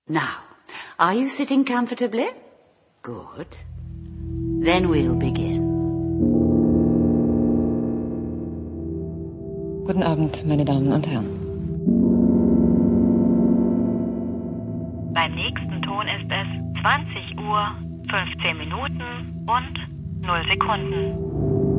Now, are you sitting comfortably? Good. Then we'll begin. Guten Abend, meine Damen und Herren. Beim nächsten Ton ist es 20 Uhr, 15 Minuten und 0 Sekunden.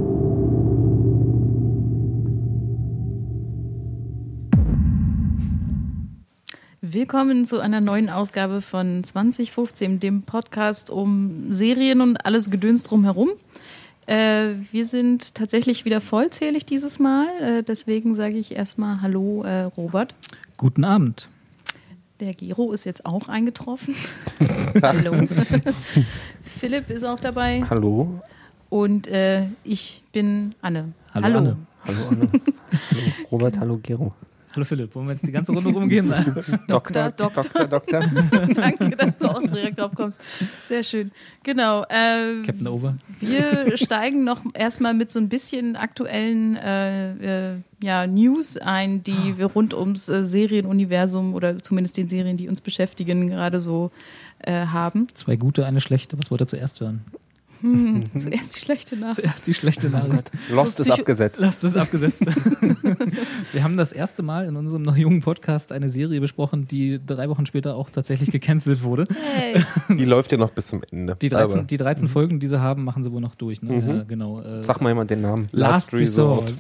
Willkommen zu einer neuen Ausgabe von 2015, dem Podcast um Serien und alles Gedöns drumherum. Wir sind tatsächlich wieder vollzählig dieses Mal, deswegen sage ich erstmal Hallo Robert. Guten Abend. Der Gero ist jetzt auch eingetroffen. Hallo. Philipp ist auch dabei. Hallo. Und ich bin Anne. Hallo. Anne. Hallo Anne. Hallo Robert, hallo Gero. Hallo Philipp, wollen wir jetzt die ganze Runde rumgehen? Doktor. Danke, dass du auch direkt drauf kommst. Sehr schön. Genau. Captain Over. Wir steigen noch erstmal mit so ein bisschen aktuellen News ein, die wir rund ums Serienuniversum oder zumindest den Serien, die uns beschäftigen, gerade so haben. 2 gute, eine schlechte. Was wollt ihr zuerst hören? Zuerst die schlechte Nachricht. Lost ist abgesetzt. Wir haben das erste Mal in unserem noch jungen Podcast eine Serie besprochen, die 3 Wochen später auch tatsächlich gecancelt wurde. Hey. Die läuft ja noch bis zum Ende. Die 13 Folgen, die sie haben, machen sie wohl noch durch. Ne? Ja, genau. Sag mal jemand den Namen. Last Resort.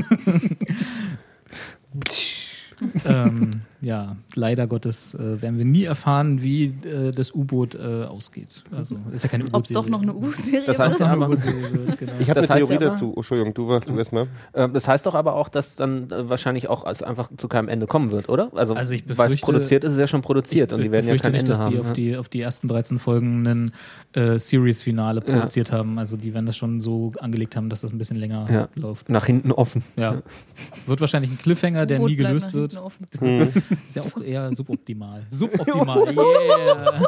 Ja, leider Gottes werden wir nie erfahren, wie das U-Boot ausgeht. Also ist ja keine U-Boot-Serie. Ob es doch noch eine U-Boot-Serie Das heißt ja aber, genau. Ich habe eine Theorie aber, dazu. Entschuldigung, du erstmal. Das heißt doch aber auch, dass dann wahrscheinlich auch einfach zu keinem Ende kommen wird, oder? Also ich befürchte, weil es produziert ist, ist es ja schon produziert und die werden ja kein nicht, Ende dass haben. Die auf die ersten 13 Folgen ein Series-Finale produziert haben. Also die werden das schon so angelegt haben, dass das ein bisschen länger läuft. Nach hinten offen. Ja. Wird wahrscheinlich ein Cliffhanger, der nie gelöst wird. Ist ja auch eher suboptimal. Yeah!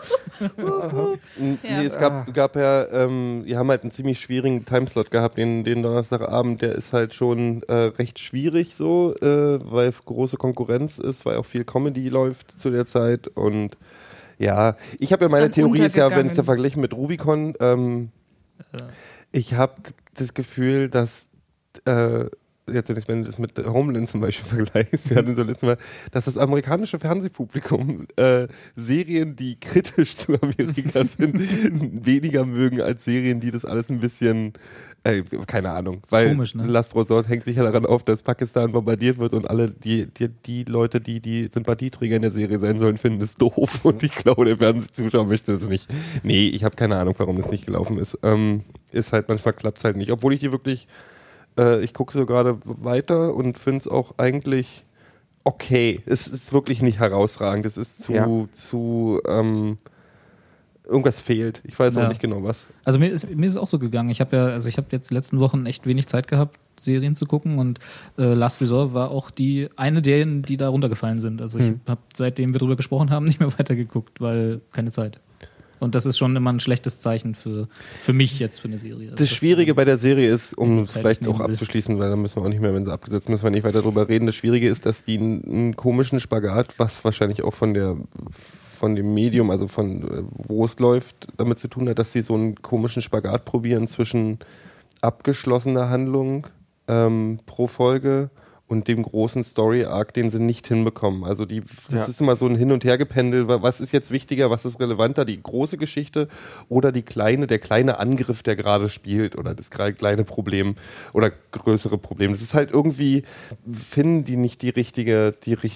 Nee, es gab ja, die haben halt einen ziemlich schwierigen Timeslot gehabt, den Donnerstagabend, der ist halt schon recht schwierig so, weil große Konkurrenz ist, weil auch viel Comedy läuft zu der Zeit und ja, ich habe ja meine Theorie ist ja, wenn ich es vergleiche mit Rubicon, ich habe das Gefühl, dass jetzt, wenn du das mit Homeland zum Beispiel vergleichst, wir hatten so letztes Mal, dass das amerikanische Fernsehpublikum Serien, die kritisch zu Amerika sind, weniger mögen als Serien, die das alles ein bisschen, keine Ahnung, weil komisch, ne? Last Resort hängt sicher daran auf, dass Pakistan bombardiert wird und alle die Leute, die Sympathieträger in der Serie sein sollen, finden es doof und ich glaube, der Fernsehzuschauer möchte das nicht. Nee, ich habe keine Ahnung, warum das nicht gelaufen ist. Ist halt, manchmal klappt es halt nicht, obwohl ich die wirklich ich gucke so gerade weiter und finde es auch eigentlich okay. Es ist wirklich nicht herausragend. Es ist zu irgendwas fehlt. Ich weiß auch nicht genau was. Also mir ist es auch so gegangen. Ich habe jetzt letzten Wochen echt wenig Zeit gehabt, Serien zu gucken und Last Resort war auch eine derjenigen, die da runtergefallen sind. Also ich habe, seitdem wir drüber gesprochen haben, nicht mehr weitergeguckt, weil keine Zeit. Und das ist schon immer ein schlechtes Zeichen für mich jetzt für eine Serie. Das Schwierige bei der Serie ist, um es vielleicht auch abzuschließen, weil dann müssen wir auch nicht mehr, wenn sie abgesetzt müssen wir nicht weiter drüber reden. Das Schwierige ist, dass die einen komischen Spagat, was wahrscheinlich auch von dem Medium, also von wo es läuft, damit zu tun hat, dass sie so einen komischen Spagat probieren zwischen abgeschlossener Handlung pro Folge und dem großen Story-Arc, den sie nicht hinbekommen. Also das ist immer so ein Hin- und Hergependel. Was ist jetzt wichtiger, was ist relevanter, die große Geschichte oder der kleine Angriff, der gerade spielt oder das kleine Problem oder größere Problem. Das ist halt irgendwie, finden die nicht die richtige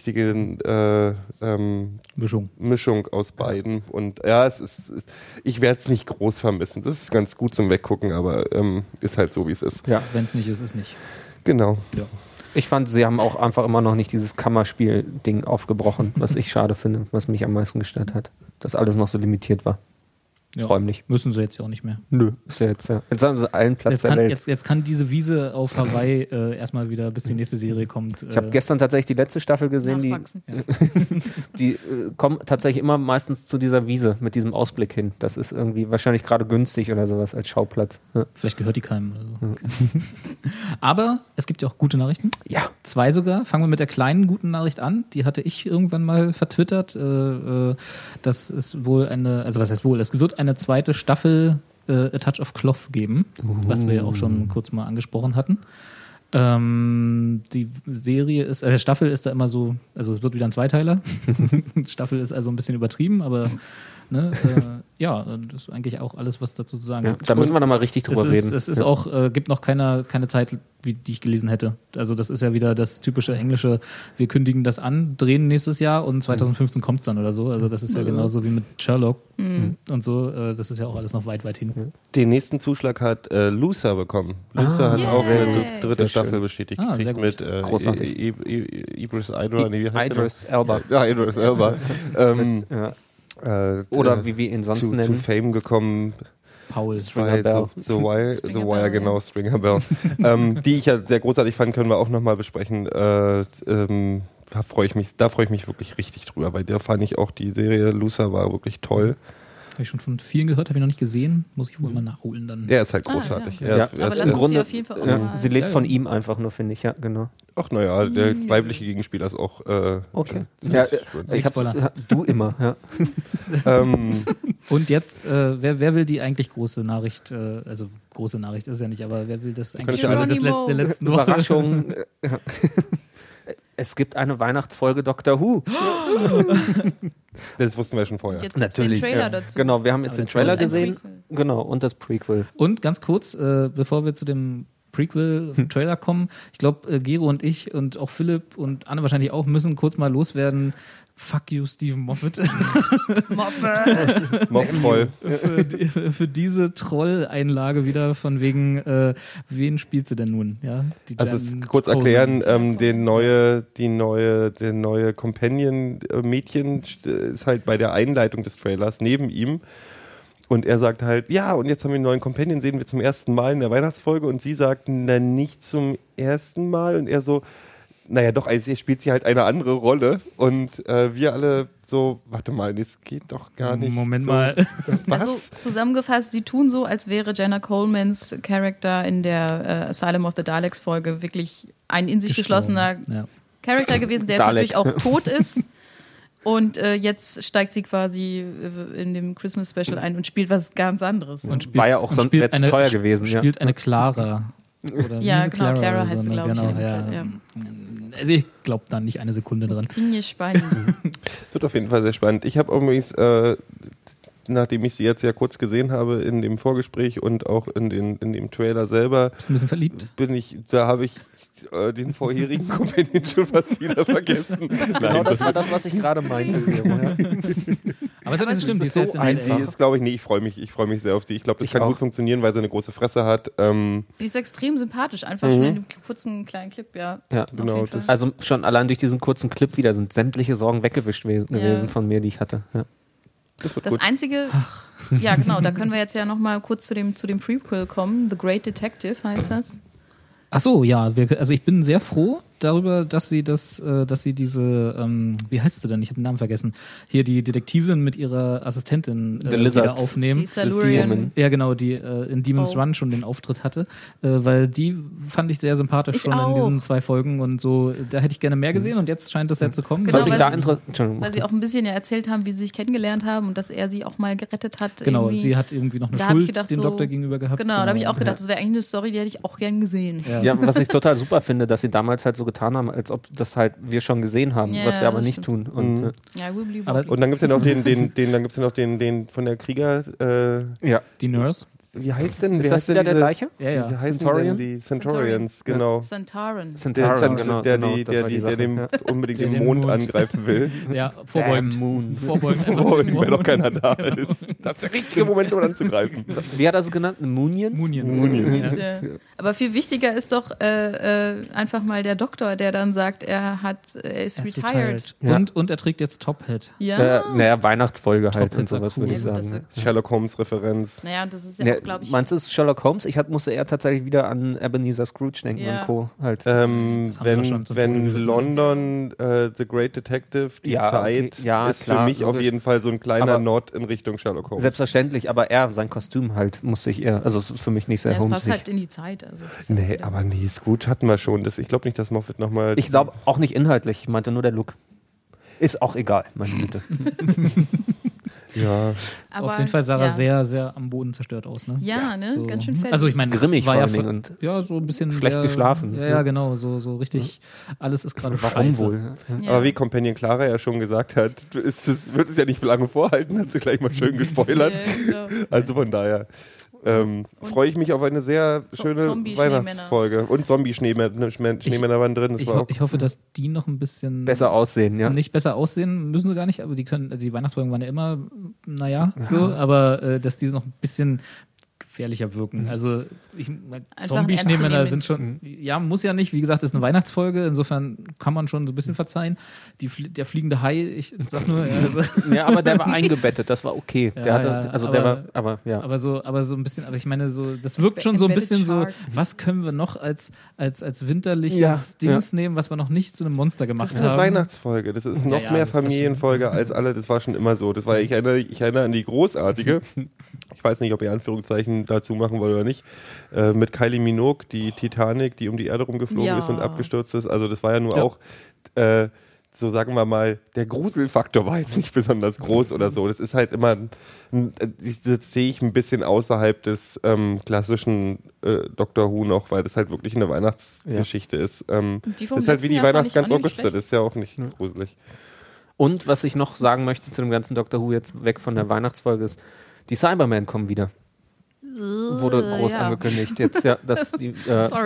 Mischung aus beiden. Und ja, ich werde es nicht groß vermissen. Das ist ganz gut zum Weggucken, aber ist halt so, wie es ist. Ja, wenn es nicht ist, ist nicht. Genau. Ja. Ich fand, sie haben auch einfach immer noch nicht dieses Kammerspiel-Ding aufgebrochen, was ich schade finde, was mich am meisten gestört hat. Dass alles noch so limitiert war. Ja. Räumlich. Müssen sie jetzt ja auch nicht mehr. Nö, ist ja jetzt. Jetzt haben sie allen Platz der Welt. Jetzt kann diese Wiese auf Hawaii erstmal wieder, bis die nächste Serie kommt. Ich habe gestern tatsächlich die letzte Staffel gesehen, die kommen tatsächlich immer meistens zu dieser Wiese mit diesem Ausblick hin. Das ist irgendwie wahrscheinlich gerade günstig oder sowas als Schauplatz. Ja. Vielleicht gehört die keinem oder so. Aber es gibt ja auch gute Nachrichten. Ja. 2 sogar. Fangen wir mit der kleinen guten Nachricht an. Die hatte ich irgendwann mal vertwittert. Das ist wohl was heißt wohl? Es wird eine zweite Staffel A Touch of Cloth geben, was wir ja auch schon kurz mal angesprochen hatten. Die Staffel ist da immer so, also es wird wieder ein Zweiteiler. Staffel ist also ein bisschen übertrieben, aber das ist eigentlich auch alles, was dazu zu sagen gibt. Da müssen wir nochmal richtig drüber reden. Es ist auch, gibt noch keine Zeit, die ich gelesen hätte. Also das ist ja wieder das typische englische, wir kündigen das an, drehen nächstes Jahr und 2015 kommt es dann oder so. Also das ist ja genauso wie mit Sherlock und so. Das ist ja auch alles noch weit, weit hin. Den nächsten Zuschlag hat Luther bekommen. Luther hat auch eine dritte Staffel beschädigt gekriegt mit Idris Elba. Idris Elba. Ja, Idris Elba. Oder wie wir ihn sonst nennen. Zu Fame gekommen. Paul Stringer Bell. The Wire, genau, Stringer Bell. Die ich ja sehr großartig fand, können wir auch nochmal besprechen. Da freue ich mich wirklich richtig drüber, weil da fand ich auch die Serie Luther war wirklich toll. Habe ich schon von vielen gehört, habe ich noch nicht gesehen. Muss ich wohl mal nachholen dann. Der ist halt großartig. Aber lass uns sie auf jeden Fall auch mal. Sie lebt von ihm einfach nur, finde ich, ja, genau. Ach naja, der weibliche Gegenspieler ist auch okay. Ja, du immer, ja. Und jetzt, wer will die eigentlich große Nachricht, also große Nachricht ist ja nicht, aber wer will das eigentlich der letzten Woche? Überraschung. Es gibt eine Weihnachtsfolge Doctor Who. Das wussten wir schon vorher. Jetzt natürlich. Den Trailer dazu. Genau, wir haben jetzt den Trailer gesehen. Genau, und das Prequel. Und ganz kurz, bevor wir zu dem Prequel-Trailer kommen, ich glaube, Gero und ich und auch Philipp und Anne wahrscheinlich auch müssen kurz mal loswerden. Fuck you, Stephen Moffat. Moff-Troll. für diese Troll-Einlage wieder von wegen, wen spielt sie denn nun? Ja, also kurz erklären, der neue Companion-Mädchen ist halt bei der Einleitung des Trailers neben ihm. Und er sagt halt, ja, und jetzt haben wir einen neuen Companion, sehen wir zum ersten Mal in der Weihnachtsfolge. Und sie sagt, na, nicht zum ersten Mal. Und er so, naja doch, also spielt sie halt eine andere Rolle. Und wir alle so, warte mal, das geht doch gar nicht. Moment so, mal. Was? Also zusammengefasst, sie tun so, als wäre Jenna Colemans Charakter in der Asylum of the Daleks Folge wirklich ein in sich geschlossener Charakter gewesen, der jetzt natürlich auch tot ist. Und jetzt steigt sie quasi in dem Christmas Special ein und spielt was ganz anderes. Und war ja auch sonst teuer gewesen. Spielt eine Clara. Oder ja, genau, Clara heißt sie, glaube ich. Genau, ja. Also ich glaube da nicht eine Sekunde dran. Bin gespannt. Wird auf jeden Fall sehr spannend. Ich habe übrigens, nachdem ich sie jetzt ja kurz gesehen habe in dem Vorgespräch und auch in dem Trailer selber, bist du ein bisschen verliebt? Da habe ich den vorherigen Companion schon fast wieder vergessen. Genau, das war das, was ich gerade meinte. Aber es stimmt, die ist so jetzt sie ist, glaube ich, ich freue mich sehr auf sie. Ich glaube, das kann gut funktionieren, weil sie eine große Fresse hat. Sie ist extrem sympathisch, einfach schon in dem kurzen kleinen Clip, ja genau. Also schon allein durch diesen kurzen Clip wieder sind sämtliche Sorgen weggewischt gewesen von mir, die ich hatte. Ja. Das Einzige, ja genau, da können wir jetzt ja nochmal kurz zu dem Prequel kommen. The Great Detective heißt das. Ach so, ja, also ich bin sehr froh darüber, dass sie diese, wie heißt sie denn? Ich habe den Namen vergessen. Hier die Detektivin mit ihrer Assistentin wieder aufnehmen. Die Silurian. Ja, genau, die in Demon's Run schon den Auftritt hatte, weil die fand ich sehr sympathisch schon in diesen 2 Folgen und so. Da hätte ich gerne mehr gesehen und jetzt scheint das ja zu kommen. Genau, weil sie auch ein bisschen erzählt haben, wie sie sich kennengelernt haben und dass er sie auch mal gerettet hat. Genau, irgendwie. Sie hat irgendwie noch eine Schuld dem Doktor gegenüber gehabt. Genau, da habe ich auch gedacht, das wäre eigentlich eine Story, die hätte ich auch gern gesehen. Ja, was ich total super finde, dass sie damals halt so getan haben, als ob das halt wir schon gesehen haben, was wir aber nicht tun. Und, und dann gibt es ja noch den von der Krieger. Die Nurse. Wie heißt denn? Ist das wieder der gleiche? Ja. Wie heißen denn die Centaurians? Genau. Centauren. Genau. Der dem unbedingt den Mond angreifen will. Ja, vorbeugen. Vorbeugen, weil noch keiner da ist. Das ist der richtige Moment, um anzugreifen. Wie hat er es genannt? Moonians? Moonians. Ja. Aber viel wichtiger ist doch einfach mal der Doktor, der dann sagt, er ist retired. Ja. Und er trägt jetzt Top Hat. Ja. Naja, Weihnachtsfolge halt Top und sowas, würde ich sagen. Sherlock Holmes-Referenz. Naja, und das ist ja auch, glaube ich... Meinst du, es ist Sherlock Holmes? Ich musste eher tatsächlich wieder an Ebenezer Scrooge denken und Co. Halt. Wenn London The Great Detective, die Zeit, ist klar, für mich logisch. auf jeden Fall so ein kleiner Nod in Richtung Sherlock Holmes. Selbstverständlich, aber sein Kostüm halt musste ich eher, also es ist für mich nicht sehr es Holmesig. passt halt in die Zeit. Also Scrooge hatten wir schon. Ich glaube nicht, dass Moffat nochmal... Ich glaube auch nicht inhaltlich, ich meinte nur der Look. Ist auch egal, meine Güte. Ja. Aber, auf jeden Fall sah er sehr, sehr am Boden zerstört aus. Ne? Ja, ne? So. Ganz schön fertig. Also ich meine, grimmig war vor ja allen Dingen und so ein bisschen schlecht geschlafen. Ja, genau, so richtig, alles ist gerade Warum scheiße. wohl? Ja. Aber wie Companion Clara ja schon gesagt hat, wird es ja nicht für lange vorhalten, hat sie gleich mal schön gespoilert. Ja. Also von daher freue ich mich auf eine sehr schöne Weihnachtsfolge. Und Zombie-Schneemänner waren drin. Ich hoffe, dass die noch ein bisschen besser aussehen, ja. Nicht besser aussehen, müssen sie gar nicht, aber die Weihnachtsfolgen waren ja immer, so, aber dass die noch ein bisschen gefährlicher wirken. Also Zombie-Schneemänner sind schon, muss ja nicht, wie gesagt, ist eine Weihnachtsfolge, insofern kann man schon so ein bisschen verzeihen. Der fliegende Hai, ich sag nur, ja, aber der war eingebettet, das war okay. Aber so ein bisschen, aber ich meine, so, das wirkt schon so ein bisschen so, was können wir noch als winterliches Dings nehmen, was wir noch nicht zu einem Monster gemacht haben. Das ist eine Weihnachtsfolge, das ist noch mehr Familienfolge als alle, das war schon immer so. Das war, ich erinnere an die großartige, ich weiß nicht, ob ihr Anführungszeichen dazu machen wollt oder nicht, mit Kylie Minogue, die Titanic, die um die Erde rumgeflogen ist und abgestürzt ist. Also das war ja nur auch, so sagen wir mal, der Gruselfaktor war jetzt nicht besonders groß oder so. Das ist halt immer, das sehe ich ein bisschen außerhalb des klassischen Doctor Who noch, weil das halt wirklich eine Weihnachtsgeschichte ist. Das ist halt wie die Weihnachtsgans Augusta, das ist ja auch nicht gruselig. Und was ich noch sagen möchte zu dem ganzen Doctor Who, jetzt weg von der Weihnachtsfolge, ist, die Cybermen kommen wieder. Wurde groß angekündigt. Jetzt dass die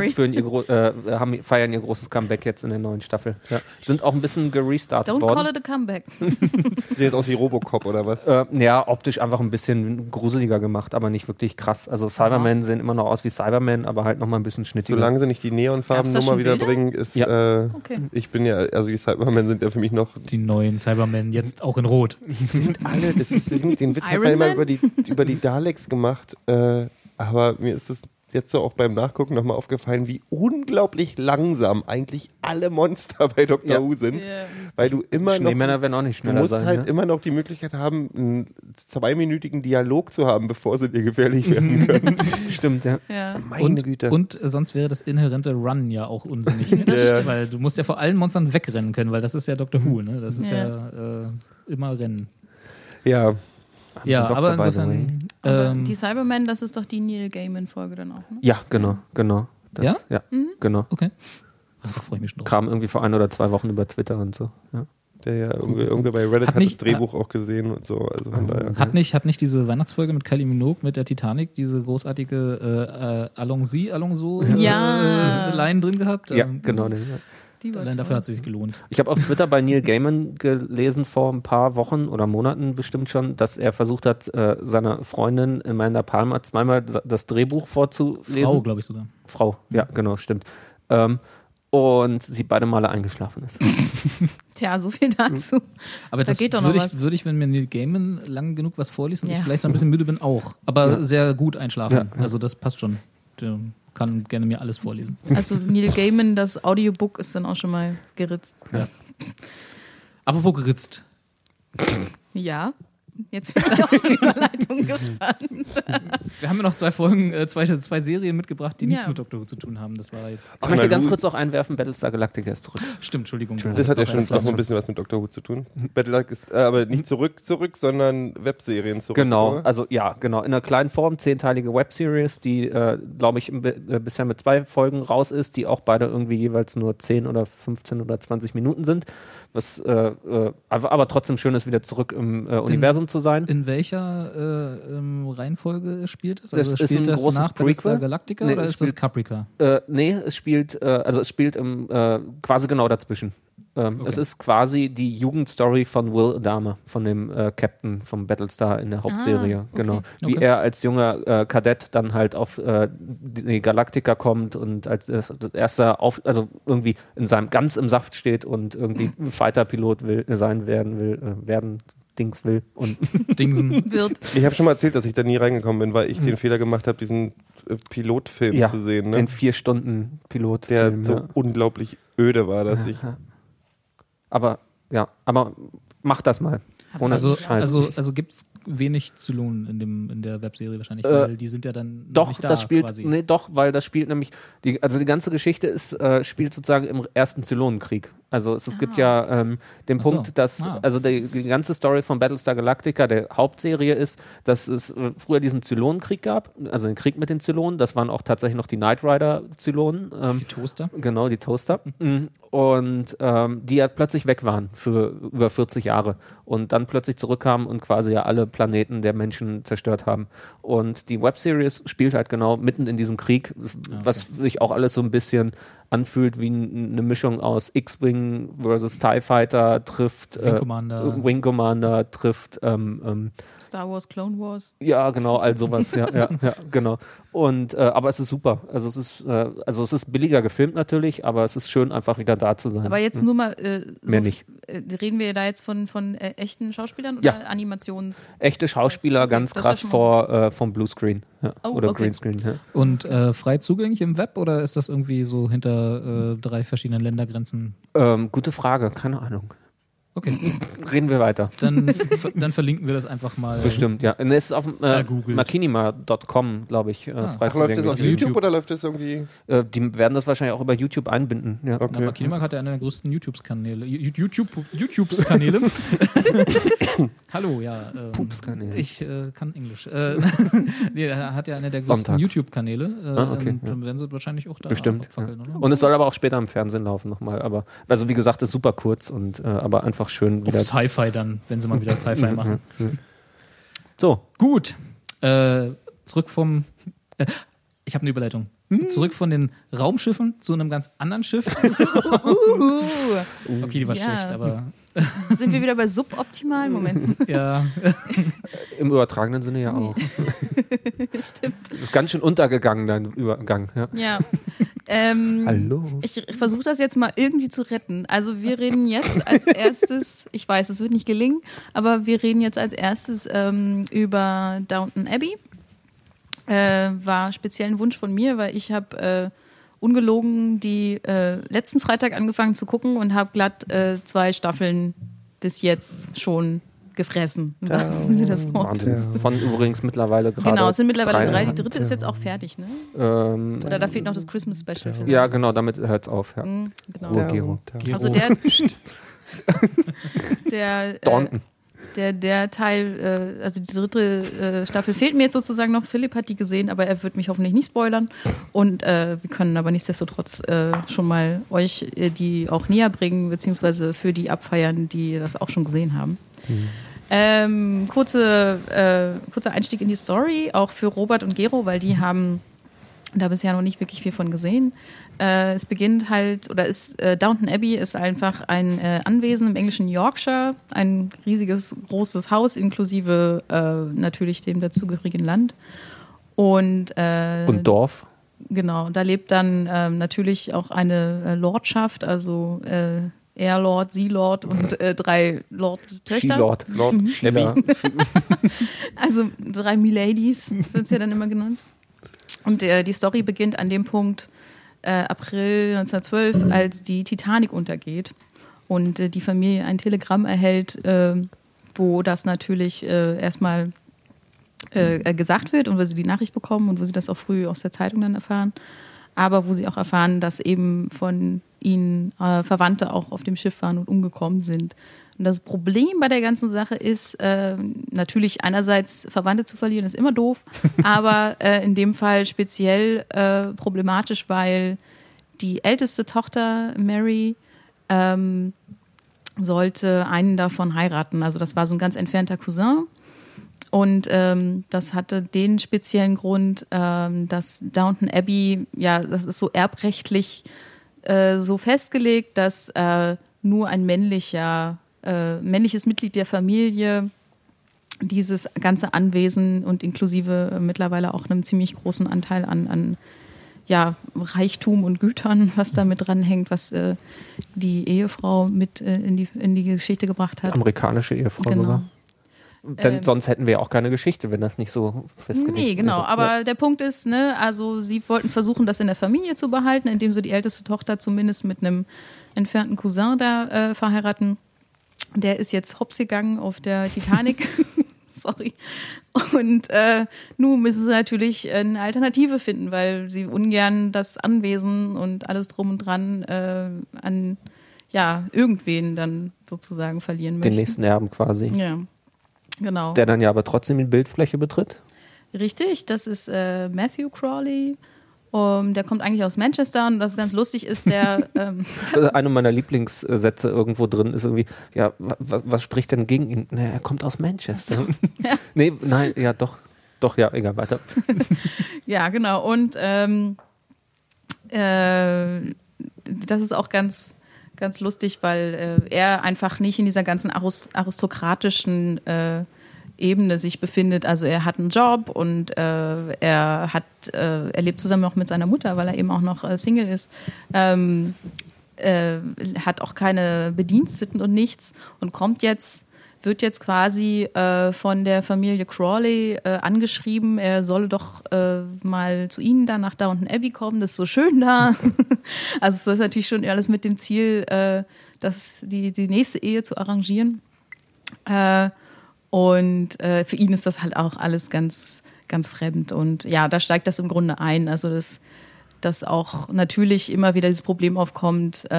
feiern ihr großes Comeback jetzt in der neuen Staffel. Ja. Sind auch ein bisschen gerestartet worden. Don't call it a comeback. Sieht jetzt aus wie Robocop oder was? Optisch einfach ein bisschen gruseliger gemacht, aber nicht wirklich krass. Also Cybermen sehen immer noch aus wie Cybermen, aber halt nochmal ein bisschen schnittiger. Solange sie nicht die Neonfarben-Nummer wieder bringen, ist ich bin ja, also die Cybermen sind ja für mich noch die neuen Cybermen, jetzt auch in Rot. Die sind alle, den Witz hat man immer über die Daleks gemacht, aber mir ist es jetzt so auch beim Nachgucken nochmal aufgefallen, wie unglaublich langsam eigentlich alle Monster bei Dr. Who sind. Yeah. Weil du immer Schneemänner werden auch nicht schneller Du musst sein, halt immer noch die Möglichkeit haben, einen 2-minütigen Dialog zu haben, bevor sie dir gefährlich werden können. Stimmt, ja. Meine Güte. Und sonst wäre das inhärente Run ja auch unsinnig. Weil du musst ja vor allen Monstern wegrennen können, weil das ist ja Dr. Who, ne? Das ist immer Rennen. Ja. Ja, aber insofern... die Cybermen, das ist doch die Neil Gaiman-Folge dann auch, ne? Ja, genau. Das, ja, genau. Okay. Das freue ich mich schon drauf. Kam irgendwie vor 1 oder 2 Wochen über Twitter und so. Ja. Irgendwie bei Reddit hat das Drehbuch auch gesehen und so. Also von daher. Hat nicht diese Weihnachtsfolge mit Kylie Minogue mit der Titanic diese großartige Alonso-Line drin gehabt? Ja, genau. Allein dafür hat es sich gelohnt. Ich habe auf Twitter bei Neil Gaiman gelesen vor ein paar Wochen oder Monaten bestimmt schon, dass er versucht hat, seiner Freundin Amanda Palmer zweimal das Drehbuch vorzulesen. Frau, glaube ich sogar. Frau, ja, genau, stimmt. Und sie beide Male eingeschlafen ist. Tja, so viel dazu. Aber da das geht doch noch was. Würde ich, wenn mir Neil Gaiman lang genug was vorliest und ich vielleicht noch ein bisschen müde bin, auch. Aber sehr gut einschlafen. Ja. Also das passt schon. Der kann gerne mir alles vorlesen. Also Neil Gaiman, das Audiobook ist dann auch schon mal geritzt. Ja. Apropos geritzt. Ja. Jetzt bin ich auf die Überleitung gespannt. Wir haben ja noch 2 Folgen, zwei Serien mitgebracht, die nichts mit Doctor Who zu tun haben. Das war jetzt. Ich möchte ganz kurz auch einwerfen, Battlestar Galactica ist zurück. Stimmt, Entschuldigung. Das hat ja schon noch ein bisschen was mit Doctor Who zu tun. Battlestar ist aber nicht zurück, sondern Webserien zurück. Genau, oder? also ja, genau. In einer kleinen Form, 10-teilige Webseries, die, glaube ich, bisher mit 2 Folgen raus ist, die auch beide irgendwie jeweils nur 10 oder 15 oder 20 Minuten sind. Was aber trotzdem schön ist, wieder zurück im Universum geworden zu sein. In welcher Reihenfolge spielt es? Also das spielt ist ein großes nach Battlestar Galactica oder ist das Caprica? Es spielt quasi genau dazwischen. Es ist quasi die Jugendstory von Will Adama, von dem Captain vom Battlestar in der Hauptserie. Okay. Genau. Wie er als junger Kadett dann halt auf die Galactica kommt und als erster irgendwie ganz im Saft steht und irgendwie Fighter-Pilot werden und Dingsen wird. Ich habe schon mal erzählt, dass ich da nie reingekommen bin, weil ich den Fehler gemacht habe, diesen Pilotfilm zu sehen. Ne? Den 4-Stunden-Pilotfilm. Der so unglaublich öde war, dass ich... Aber mach das mal. Ohne also gibt es wenig Zylonen in der Webserie wahrscheinlich, weil die sind ja dann doch, nicht da das spielt, quasi. Nee, doch, weil das spielt nämlich, die ganze Geschichte spielt sozusagen im ersten Zylonenkrieg. Also es gibt ja den Punkt, dass die ganze Story von Battlestar Galactica, der Hauptserie ist, dass es früher diesen Zylonenkrieg gab, also den Krieg mit den Zylonen, das waren auch tatsächlich noch die Knight Rider Zylonen. Die Toaster? Genau, die Toaster. Und die ja plötzlich weg waren für über 40 Jahre und dann plötzlich zurückkamen und quasi ja alle Planeten der Menschen zerstört haben. Und die Webseries spielt halt genau mitten in diesem Krieg, was sich auch alles so ein bisschen anfühlt wie eine Mischung aus X-Wing versus TIE Fighter trifft Wing Commander trifft Star Wars, Clone Wars. Ja, genau, all sowas, ja, genau. Und aber es ist super. Also es ist billiger gefilmt natürlich, aber es ist schön, einfach wieder da zu sein. Aber jetzt nur mal mehr nicht. Reden wir da jetzt von echten Schauspielern oder Animations? Echte Schauspieler, ganz krass vom Bluescreen oder Greenscreen. Ja. Und frei zugänglich im Web oder ist das irgendwie so hinter 3 verschiedenen Ländergrenzen? Gute Frage, keine Ahnung. Okay. Reden wir weiter. Dann verlinken wir das einfach mal. Bestimmt, ja. Und es ist auf makinima.com, glaube ich, frei zu läuft das auf YouTube oder läuft das irgendwie? Die werden das wahrscheinlich auch über YouTube einbinden. Ja. Okay. Makinima hat ja einen der größten YouTube-Kanäle. YouTube-Kanäle. Hallo, ja. Pups-Kanäle. Ich kann Englisch. Er hat ja eine der größten YouTube-Kanäle. Dann werden sie wahrscheinlich auch da bestimmt. Ja. Und es soll aber auch später im Fernsehen laufen nochmal. Aber, also wie gesagt, ist super kurz und aber einfach schön wieder. Auf Sci-Fi dann, wenn sie mal wieder Sci-Fi machen. So. Gut. Zurück vom... ich habe eine Überleitung. Zurück von den Raumschiffen zu einem ganz anderen Schiff. Okay, die war schlecht, aber... Sind wir wieder bei suboptimalen Momenten? Ja. Im übertragenen Sinne ja auch. Stimmt. Das ist ganz schön untergegangen, dein Übergang. Ja. Hallo. Ich versuche das jetzt mal irgendwie zu retten. Also wir reden jetzt als erstes, ich weiß, es wird nicht gelingen, aber wir reden jetzt als erstes über Downton Abbey. War speziell ein Wunsch von mir, weil ich habe ungelogen die letzten Freitag angefangen zu gucken und habe glatt 2 Staffeln bis jetzt schon gefressen. Was ist das Wort? Von übrigens mittlerweile gerade. Genau, es sind mittlerweile 3. Die 3. ist jetzt auch fertig, ne? Oder da fehlt noch das Christmas Special. Ja, genau, damit hört es auf. Ja. Genau. Gero. Also der Teil, also die 3. Staffel fehlt mir jetzt sozusagen noch. Philipp hat die gesehen, aber er wird mich hoffentlich nicht spoilern. Und wir können aber nichtsdestotrotz schon mal euch die auch näher bringen, beziehungsweise für die abfeiern, die das auch schon gesehen haben. Kurzer Einstieg in die Story, auch für Robert und Gero, weil die haben da bisher noch nicht wirklich viel von gesehen. Es beginnt halt, Downton Abbey ist einfach ein Anwesen im englischen Yorkshire, ein riesiges, großes Haus, inklusive natürlich dem dazugehörigen Land. Und Dorf. Genau, da lebt dann natürlich auch eine Lordschaft, also Airlord, Sea-Lord und 3 Lord-Töchter. She-Lord, Lord Schlepper. Also 3 Miladies, wird es ja dann immer genannt. Und die Story beginnt an dem Punkt April 1912, als die Titanic untergeht und die Familie ein Telegramm erhält, wo das natürlich erstmal gesagt wird und wo sie die Nachricht bekommen und wo sie das auch früh aus der Zeitung dann erfahren, aber wo sie auch erfahren, dass eben von ihnen Verwandte auch auf dem Schiff waren und umgekommen sind. Und das Problem bei der ganzen Sache ist, natürlich einerseits Verwandte zu verlieren, ist immer doof, aber in dem Fall speziell problematisch, weil die älteste Tochter, Mary, sollte einen davon heiraten. Also das war so ein ganz entfernter Cousin. Und das hatte den speziellen Grund, dass Downton Abbey, ja, das ist so erbrechtlich so festgelegt, dass nur ein männliches Mitglied der Familie dieses ganze Anwesen und inklusive mittlerweile auch einem ziemlich großen Anteil an Reichtum und Gütern, was da mit dranhängt, was die Ehefrau mit in die Geschichte gebracht hat. Amerikanische Ehefrau sogar. Denn sonst hätten wir ja auch keine Geschichte, wenn das nicht so festgelegt wäre. Nee, genau. Aber der Punkt ist, ne, also sie wollten versuchen, das in der Familie zu behalten, indem sie die älteste Tochter zumindest mit einem entfernten Cousin da verheiraten. Der ist jetzt hops gegangen auf der Titanic. Sorry. Und nun müssen sie natürlich eine Alternative finden, weil sie ungern das Anwesen und alles drum und dran an irgendwen dann sozusagen verlieren möchten. Den nächsten Erben quasi. Ja. Genau. Der dann ja aber trotzdem die Bildfläche betritt. Richtig, das ist Matthew Crawley. Der kommt eigentlich aus Manchester und was ganz lustig ist, der... Eine meiner Lieblingssätze irgendwo drin ist irgendwie, ja, was spricht denn gegen ihn? Naja, er kommt aus Manchester. Ja. Nee, nein, ja, doch, ja, egal, weiter. Ja, genau. Und das ist auch ganz lustig, weil er einfach nicht in dieser ganzen aristokratischen Ebene sich befindet. Also er hat einen Job und er lebt zusammen noch mit seiner Mutter, weil er eben auch noch Single ist. Hat auch keine Bediensteten und nichts und wird jetzt quasi von der Familie Crawley angeschrieben, er solle doch mal zu ihnen da nach Downton Abbey kommen, das ist so schön da. Also das ist natürlich schon alles mit dem Ziel, das die nächste Ehe zu arrangieren. Und für ihn ist das halt auch alles ganz, ganz fremd. Und ja, da steigt das im Grunde ein. Also dass auch natürlich immer wieder dieses Problem aufkommt,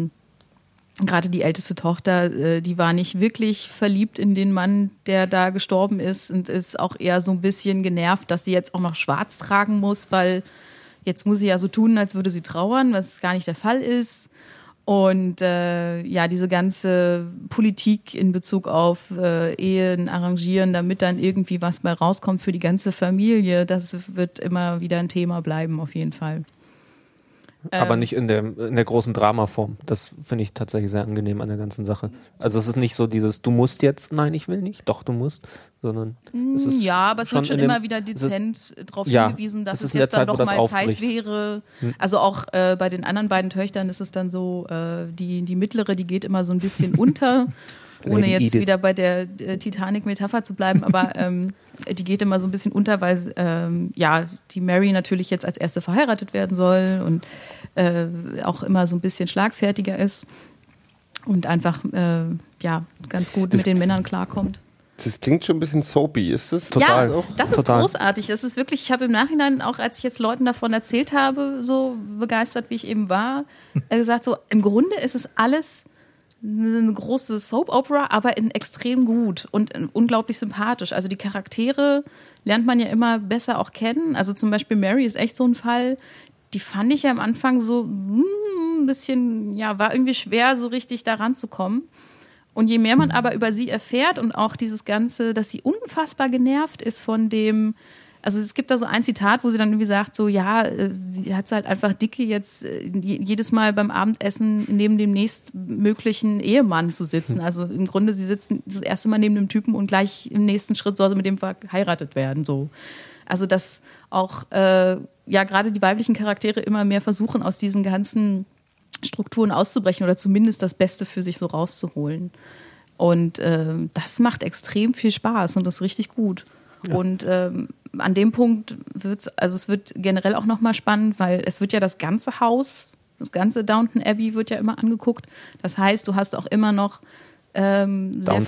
gerade die älteste Tochter, die war nicht wirklich verliebt in den Mann, der da gestorben ist und ist auch eher so ein bisschen genervt, dass sie jetzt auch noch schwarz tragen muss, weil jetzt muss sie ja so tun, als würde sie trauern, was gar nicht der Fall ist. Und diese ganze Politik in Bezug auf Ehen arrangieren, damit dann irgendwie was bei rauskommt für die ganze Familie, das wird immer wieder ein Thema bleiben, auf jeden Fall. Aber nicht in der großen Dramaform. Das finde ich tatsächlich sehr angenehm an der ganzen Sache. Also es ist nicht so dieses, du musst jetzt, nein, ich will nicht, doch, du musst, sondern es ist ja, aber es wird schon immer wieder dezent darauf hingewiesen, dass es jetzt dann doch mal Zeit wäre. Also auch bei den anderen beiden Töchtern ist es dann so, die mittlere, die geht immer so ein bisschen unter, ohne jetzt wieder bei der Titanic-Metapher zu bleiben, aber die geht immer so ein bisschen unter, weil die Mary natürlich jetzt als erste verheiratet werden soll und auch immer so ein bisschen schlagfertiger ist und einfach ganz gut mit den Männern klarkommt. Das klingt schon ein bisschen soapy, ist das? Total. Ja, das ist großartig. Das ist wirklich, ich habe im Nachhinein, auch als ich jetzt Leuten davon erzählt habe, so begeistert, wie ich eben war, gesagt, so im Grunde ist es alles eine große Soap-Opera, aber in extrem gut und unglaublich sympathisch. Also die Charaktere lernt man ja immer besser auch kennen. Also zum Beispiel Mary ist echt so ein Fall, die fand ich ja am Anfang so ein bisschen, war irgendwie schwer, so richtig da ranzukommen. Und je mehr man aber über sie erfährt und auch dieses Ganze, dass sie unfassbar genervt ist von dem, also es gibt da so ein Zitat, wo sie dann irgendwie sagt, so sie hat es halt einfach dicke jetzt jedes Mal beim Abendessen neben dem nächstmöglichen Ehemann zu sitzen. Also im Grunde, sie sitzen das erste Mal neben dem Typen und gleich im nächsten Schritt soll sie mit dem verheiratet werden. So. Also dass auch gerade die weiblichen Charaktere immer mehr versuchen, aus diesen ganzen Strukturen auszubrechen oder zumindest das Beste für sich so rauszuholen. Und das macht extrem viel Spaß und das ist richtig gut. Ja. Und an dem Punkt es wird generell auch nochmal spannend, weil es wird ja das ganze Haus, das ganze Downton Abbey wird ja immer angeguckt. Das heißt, du hast auch immer noch sehr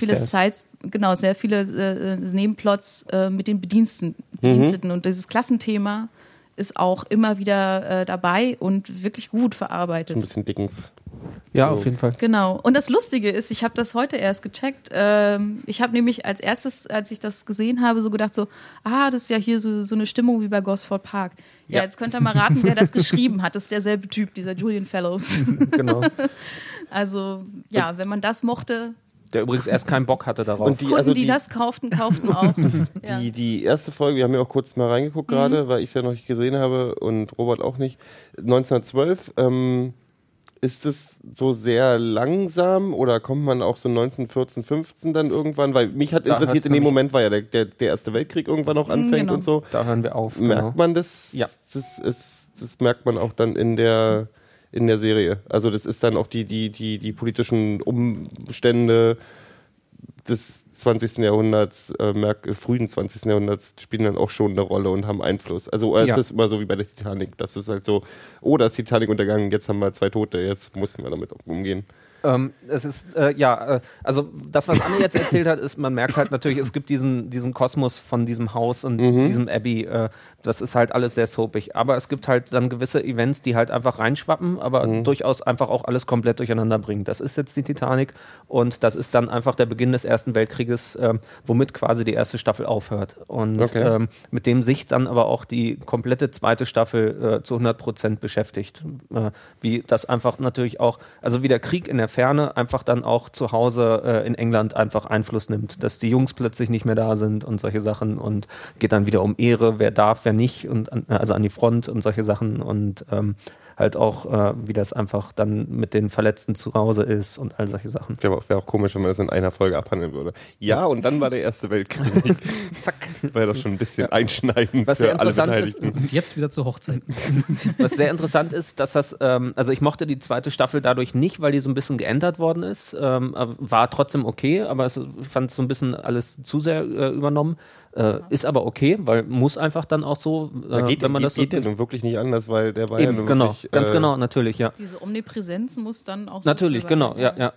viele Nebenplots mit den Bediensteten. Und dieses Klassenthema ist auch immer wieder dabei und wirklich gut verarbeitet. Ein bisschen Dickens. Ja, so. Auf jeden Fall. Genau. Und das Lustige ist, ich habe das heute erst gecheckt. Ich habe nämlich als erstes, als ich das gesehen habe, so gedacht das ist ja hier so eine Stimmung wie bei Gosford Park. Ja, jetzt könnt ihr mal raten, wer das geschrieben hat. Das ist derselbe Typ, dieser Julian Fellowes. Genau. Also, wenn man das mochte, Der übrigens erst keinen Bock hatte darauf. Und Kunden, die das kauften auch. Die erste Folge, wir haben ja auch kurz mal reingeguckt gerade, weil ich es ja noch nicht gesehen habe und Robert auch nicht. 1912, ist es so sehr langsam oder kommt man auch so 1914, 15 dann irgendwann? Weil mich hat interessiert, in dem Moment war ja der Erste Weltkrieg irgendwann auch anfängt und so. Da hören wir auf. Merkt man das? Ja. Das merkt man auch dann in der Serie. Also das ist dann auch die politischen Umstände des 20. Jahrhunderts, frühen 20. Jahrhunderts spielen dann auch schon eine Rolle und haben Einfluss. Also es ist immer so wie bei der Titanic, das ist halt so, da ist die Titanic untergegangen, jetzt haben wir 2 Tote, jetzt mussten wir damit umgehen. Es ist, also das, was Anne jetzt erzählt hat, ist, man merkt halt natürlich, es gibt diesen Kosmos von diesem Haus und diesem Abbey, das ist halt alles sehr soapig, aber es gibt halt dann gewisse Events, die halt einfach reinschwappen, aber durchaus einfach auch alles komplett durcheinander bringen. Das ist jetzt die Titanic und das ist dann einfach der Beginn des Ersten Weltkrieges, womit quasi die erste Staffel aufhört und mit dem sich dann aber auch die komplette zweite Staffel zu 100% beschäftigt, wie das einfach natürlich auch, also wie der Krieg in der Ferne einfach dann auch zu Hause in England einfach Einfluss nimmt, dass die Jungs plötzlich nicht mehr da sind und solche Sachen und geht dann wieder um Ehre, wer darf, wer nicht und also an die Front und solche Sachen und halt auch, wie das einfach dann mit den Verletzten zu Hause ist und all solche Sachen. Wäre auch komisch, wenn man das in einer Folge abhandeln würde. Ja, und dann war der Erste Weltkrieg. Zack. War ja doch schon ein bisschen einschneidend was für alle Beteiligten. Und jetzt wieder zur Hochzeit. Was sehr interessant ist, dass das, also ich mochte die zweite Staffel dadurch nicht, weil die so ein bisschen geändert worden ist. War trotzdem okay, aber ich fand so ein bisschen alles zu sehr übernommen. Ist aber okay, weil muss einfach dann auch so, wenn man das so... Geht ja nun wirklich nicht anders, weil der war eben, ja nun genau, wirklich... ganz genau, natürlich, ja. Diese Omnipräsenz muss dann auch so... Natürlich, genau, ja.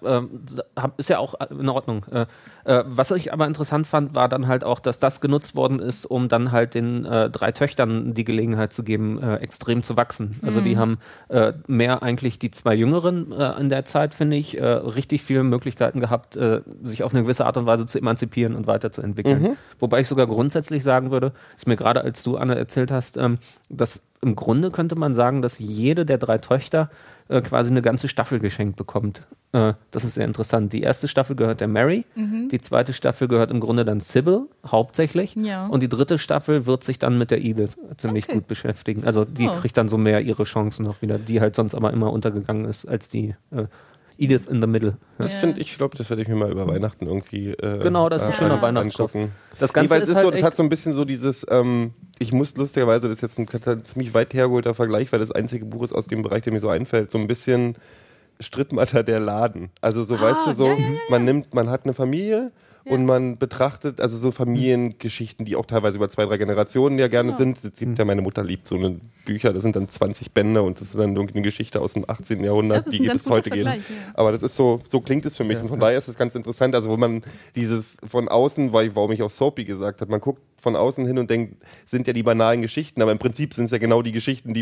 Ist ja auch in Ordnung. Was ich aber interessant fand, war dann halt auch, dass das genutzt worden ist, um dann halt den 3 Töchtern die Gelegenheit zu geben, extrem zu wachsen. Also die haben mehr eigentlich die 2 Jüngeren in der Zeit, finde ich, richtig viele Möglichkeiten gehabt, sich auf eine gewisse Art und Weise zu emanzipieren und weiterzuentwickeln. Wobei ich sogar grundsätzlich sagen würde, ist mir gerade, als du, Anne, erzählt hast, dass im Grunde könnte man sagen, dass jede der 3 Töchter quasi eine ganze Staffel geschenkt bekommt. Das ist sehr interessant. Die erste Staffel gehört der Mary, die zweite Staffel gehört im Grunde dann Sybil, hauptsächlich. Ja. Und die dritte Staffel wird sich dann mit der Edith ziemlich gut beschäftigen. Also die kriegt dann so mehr ihre Chancen noch wieder, die halt sonst aber immer untergegangen ist als die Edith in the Middle. Das finde ich, glaube, das werde ich mir mal über Weihnachten irgendwie genau, das ist ein schöner Weihnachtsstoff. Das Ganze ist halt so, das hat so ein bisschen so dieses, ich muss lustigerweise, das ist jetzt ein ziemlich weit hergeholter Vergleich, weil das einzige Buch ist aus dem Bereich, der mir so einfällt, so ein bisschen Strittmatter der Laden. Also so, weißt du, so, man hat eine Familie und man betrachtet, also so Familiengeschichten, die auch teilweise über 2, 3 Generationen ja gerne sind. Es gibt ja, meine Mutter liebt so eine Bücher, das sind dann 20 Bände und das ist dann irgendwie eine Geschichte aus dem 18. Jahrhundert, die bis heute geht. Ja. Aber das ist so klingt es für mich und von daher ist es ganz interessant, also wo man dieses von außen, warum ich auch Soapy gesagt habe, man guckt von außen hin und denkt, sind ja die banalen Geschichten, aber im Prinzip sind es ja genau die Geschichten,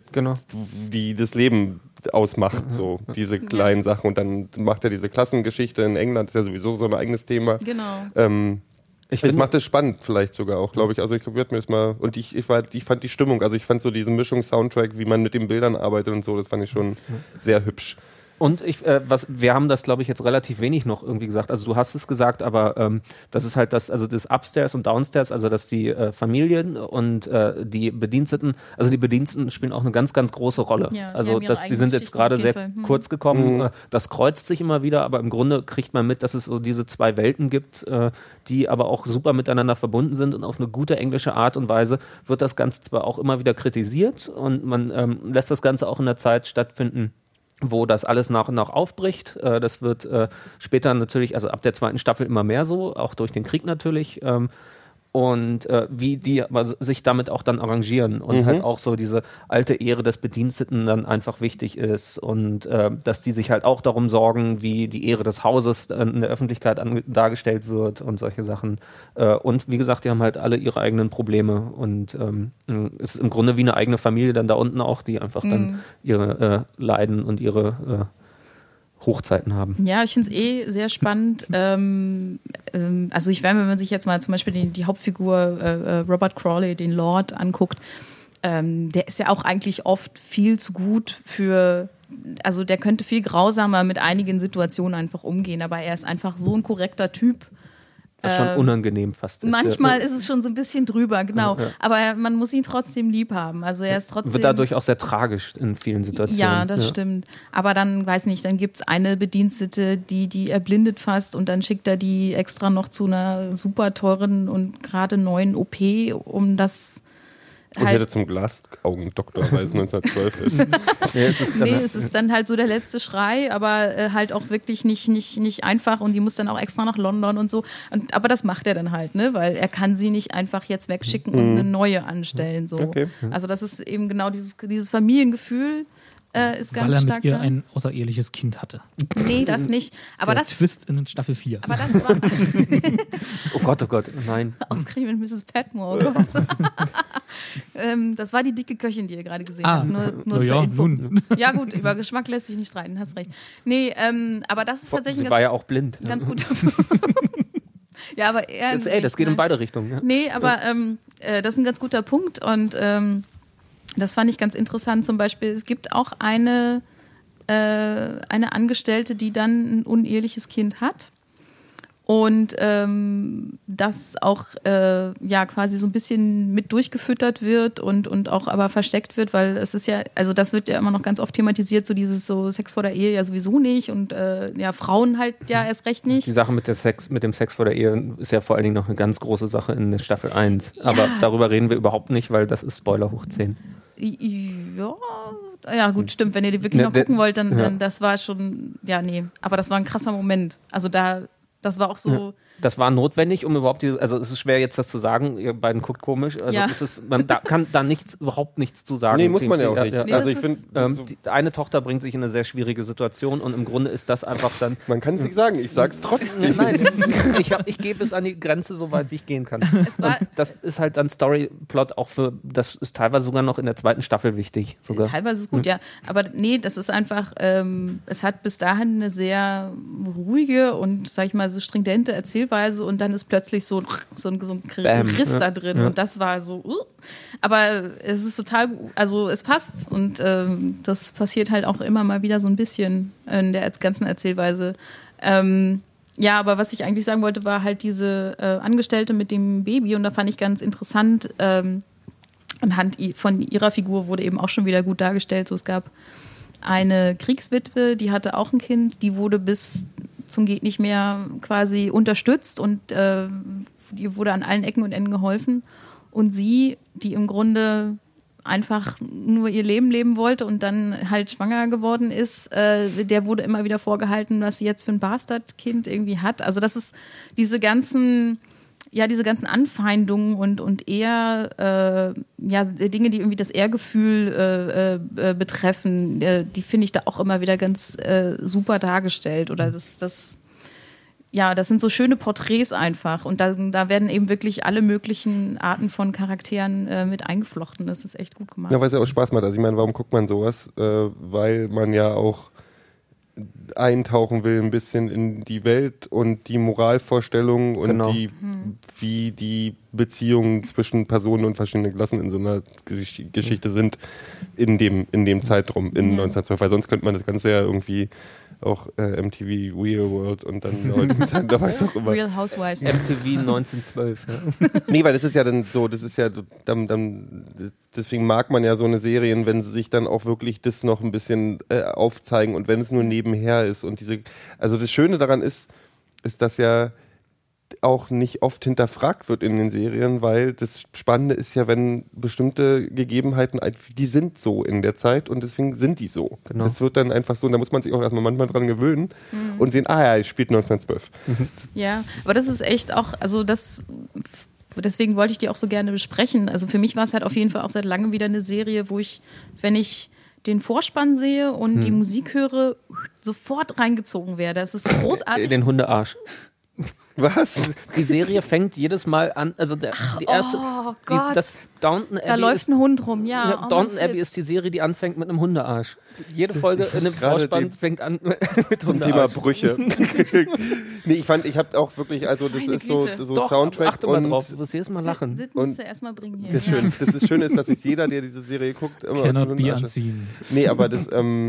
die das Leben ausmacht, so diese kleinen Sachen und dann macht er diese Klassengeschichte in England, ist ja sowieso so ein eigenes Thema. Genau. Das macht es spannend vielleicht sogar auch, glaube ich. Also ich würde mir das mal, und ich fand die Stimmung, also ich fand so diese Mischung Soundtrack, wie man mit den Bildern arbeitet und so, das fand ich schon sehr hübsch. Und wir haben das, glaube ich, jetzt relativ wenig noch irgendwie gesagt. Also du hast es gesagt, aber das ist halt das Upstairs und Downstairs, also dass die Familien und die Bediensteten, also die Bediensteten spielen auch eine ganz, ganz große Rolle. Ja, also die sind jetzt gerade sehr kurz gekommen. Das kreuzt sich immer wieder, aber im Grunde kriegt man mit, dass es so diese 2 Welten gibt, die aber auch super miteinander verbunden sind und auf eine gute englische Art und Weise wird das Ganze zwar auch immer wieder kritisiert und man lässt das Ganze auch in der Zeit stattfinden, wo das alles nach und nach aufbricht. Das wird später natürlich, also ab der 2. Staffel immer mehr so, auch durch den Krieg natürlich. Und wie die aber sich damit auch dann arrangieren und halt auch so diese alte Ehre des Bediensteten dann einfach wichtig ist und dass die sich halt auch darum sorgen, wie die Ehre des Hauses in der Öffentlichkeit dargestellt wird und solche Sachen. Und wie gesagt, die haben halt alle ihre eigenen Probleme und es ist im Grunde wie eine eigene Familie dann da unten auch, die einfach dann ihre Leiden und ihre Hochzeiten haben. Ja, ich finde es sehr spannend. Also wenn man sich jetzt mal zum Beispiel die Hauptfigur Robert Crawley, den Lord, anguckt, der ist ja auch eigentlich oft viel zu gut für also der könnte viel grausamer mit einigen Situationen einfach umgehen, aber er ist einfach so ein korrekter Typ. Was schon unangenehm fast ist. Manchmal ist es schon so ein bisschen drüber, genau. Ja. Aber man muss ihn trotzdem lieb haben. Also er ist trotzdem... Wird dadurch auch sehr tragisch in vielen Situationen. Ja, das stimmt. Aber dann, weiß nicht, dann gibt es eine Bedienstete, die erblindet fast und dann schickt er die extra noch zu einer super teuren und gerade neuen OP, um das... Und hätte zum Glasaugendoktor, weil es 1912 ist. Es ist dann halt so der letzte Schrei, aber halt auch wirklich nicht einfach und die muss dann auch extra nach London und so. Aber das macht er dann halt, ne? Weil er kann sie nicht einfach jetzt wegschicken und eine neue anstellen. So. Okay. Also das ist eben genau dieses Familiengefühl. Ist ganz weil er stark mit ihr ein außereheliches Kind hatte. Nee, das nicht. Aber der Twist in Staffel 4. Aber das war... oh Gott, nein. Ausgerechnet mit Mrs. Patmore, oh Gott. Das war die dicke Köchin, die ihr gerade gesehen habt. Nur zur Info. Ja gut, über Geschmack lässt sich nicht streiten, hast recht. Nee, aber das ist tatsächlich... Sie war ja auch blind. Ganz gut. Ja, aber das geht in beide Richtungen. Ja. Nee, aber das ist ein ganz guter Punkt und... das fand ich ganz interessant. Zum Beispiel, es gibt auch eine Angestellte, die dann ein uneheliches Kind hat und das auch quasi so ein bisschen mit durchgefüttert wird und auch aber versteckt wird, weil es ist ja, also das wird ja immer noch ganz oft thematisiert, so dieses so Sex vor der Ehe ja sowieso nicht und Frauen halt ja erst recht nicht. Die Sache mit dem Sex vor der Ehe ist ja vor allen Dingen noch eine ganz große Sache in der Staffel 1, aber darüber reden wir überhaupt nicht, weil das ist Spoiler hoch 10. Ja, gut, stimmt. Wenn ihr die wirklich noch gucken wollt, dann das war schon, aber das war ein krasser Moment. Also das war auch so... Ja. Das war notwendig, um überhaupt also es ist schwer jetzt das zu sagen, ihr beiden guckt komisch, also man kann da überhaupt nichts zu sagen. Nee, muss man ja auch nicht. Nee, also ich finde, die eine Tochter bringt sich in eine sehr schwierige Situation und im Grunde ist das einfach dann... Man kann es nicht sagen, ich sag's trotzdem. Nein, ich gebe es an die Grenze so weit, wie ich gehen kann. Das ist halt dann Storyplot auch das ist teilweise sogar noch in der zweiten Staffel wichtig. Sogar. Teilweise ist es gut, ja. Aber nee, das ist einfach, es hat bis dahin eine sehr ruhige und, sag ich mal, so stringente Erzählweise und dann ist plötzlich so ein Riss da drin und das war so, aber es ist total, also es passt und das passiert halt auch immer mal wieder so ein bisschen in der ganzen Erzählweise. Aber was ich eigentlich sagen wollte, war halt diese Angestellte mit dem Baby und da fand ich ganz interessant, anhand von ihrer Figur wurde eben auch schon wieder gut dargestellt, so es gab eine Kriegswitwe, die hatte auch ein Kind, die wurde bis zum geht nicht mehr quasi unterstützt und ihr wurde an allen Ecken und Enden geholfen. Und sie, die im Grunde einfach nur ihr Leben leben wollte und dann halt schwanger geworden ist, der wurde immer wieder vorgehalten, was sie jetzt für ein Bastardkind irgendwie hat. Also das ist diese ganzen Anfeindungen und eher Dinge, die irgendwie das Ehrgefühl betreffen, die finde ich da auch immer wieder ganz super dargestellt. Oder das sind so schöne Porträts einfach. Und da werden eben wirklich alle möglichen Arten von Charakteren mit eingeflochten. Das ist echt gut gemacht. Ja, weil es ja auch Spaß macht. Also ich meine, warum guckt man sowas? Weil man ja auch eintauchen will ein bisschen in die Welt und die Moralvorstellungen und wie die Beziehungen zwischen Personen und verschiedenen Klassen in so einer Geschichte sind in dem Zeitraum in 1912, weil sonst könnte man das Ganze ja irgendwie auch MTV Real World und dann heutigen Zeiten, da weiß auch immer. Real Housewives. MTV 1912. Nee, weil das ist ja dann so, deswegen mag man ja so eine Serien, wenn sie sich dann auch wirklich das noch ein bisschen aufzeigen und wenn es nur nebenher ist und also das Schöne daran ist, dass ja auch nicht oft hinterfragt wird in den Serien, weil das Spannende ist ja, wenn bestimmte Gegebenheiten, die sind so in der Zeit und deswegen sind die so. Genau. Das wird dann einfach so und da muss man sich auch erstmal manchmal dran gewöhnen und sehen, ich spielt 1912. Ja, aber das ist echt auch, also deswegen wollte ich die auch so gerne besprechen. Also für mich war es halt auf jeden Fall auch seit langem wieder eine Serie, wo ich, wenn ich den Vorspann sehe und die Musik höre, sofort reingezogen werde. Das ist großartig. Den Hundearsch. Was? Die Serie fängt jedes Mal an, also die erste, das Downton Abbey. Da läuft ein Hund rum, ja. Downton Abbey ist die Serie, die anfängt mit einem Hundearsch. Jede Folge in einem Vorspann fängt an mit zum Thema Brüche. Nee, ich habe auch wirklich, also das ist so Doch, Soundtrack achte mal drauf, du wirst jedes Mal lachen. Das musst du erstmal bringen hier. Das Schöne ist, dass sich jeder, der diese Serie guckt, immer Cannot be unseen. Nee, aber das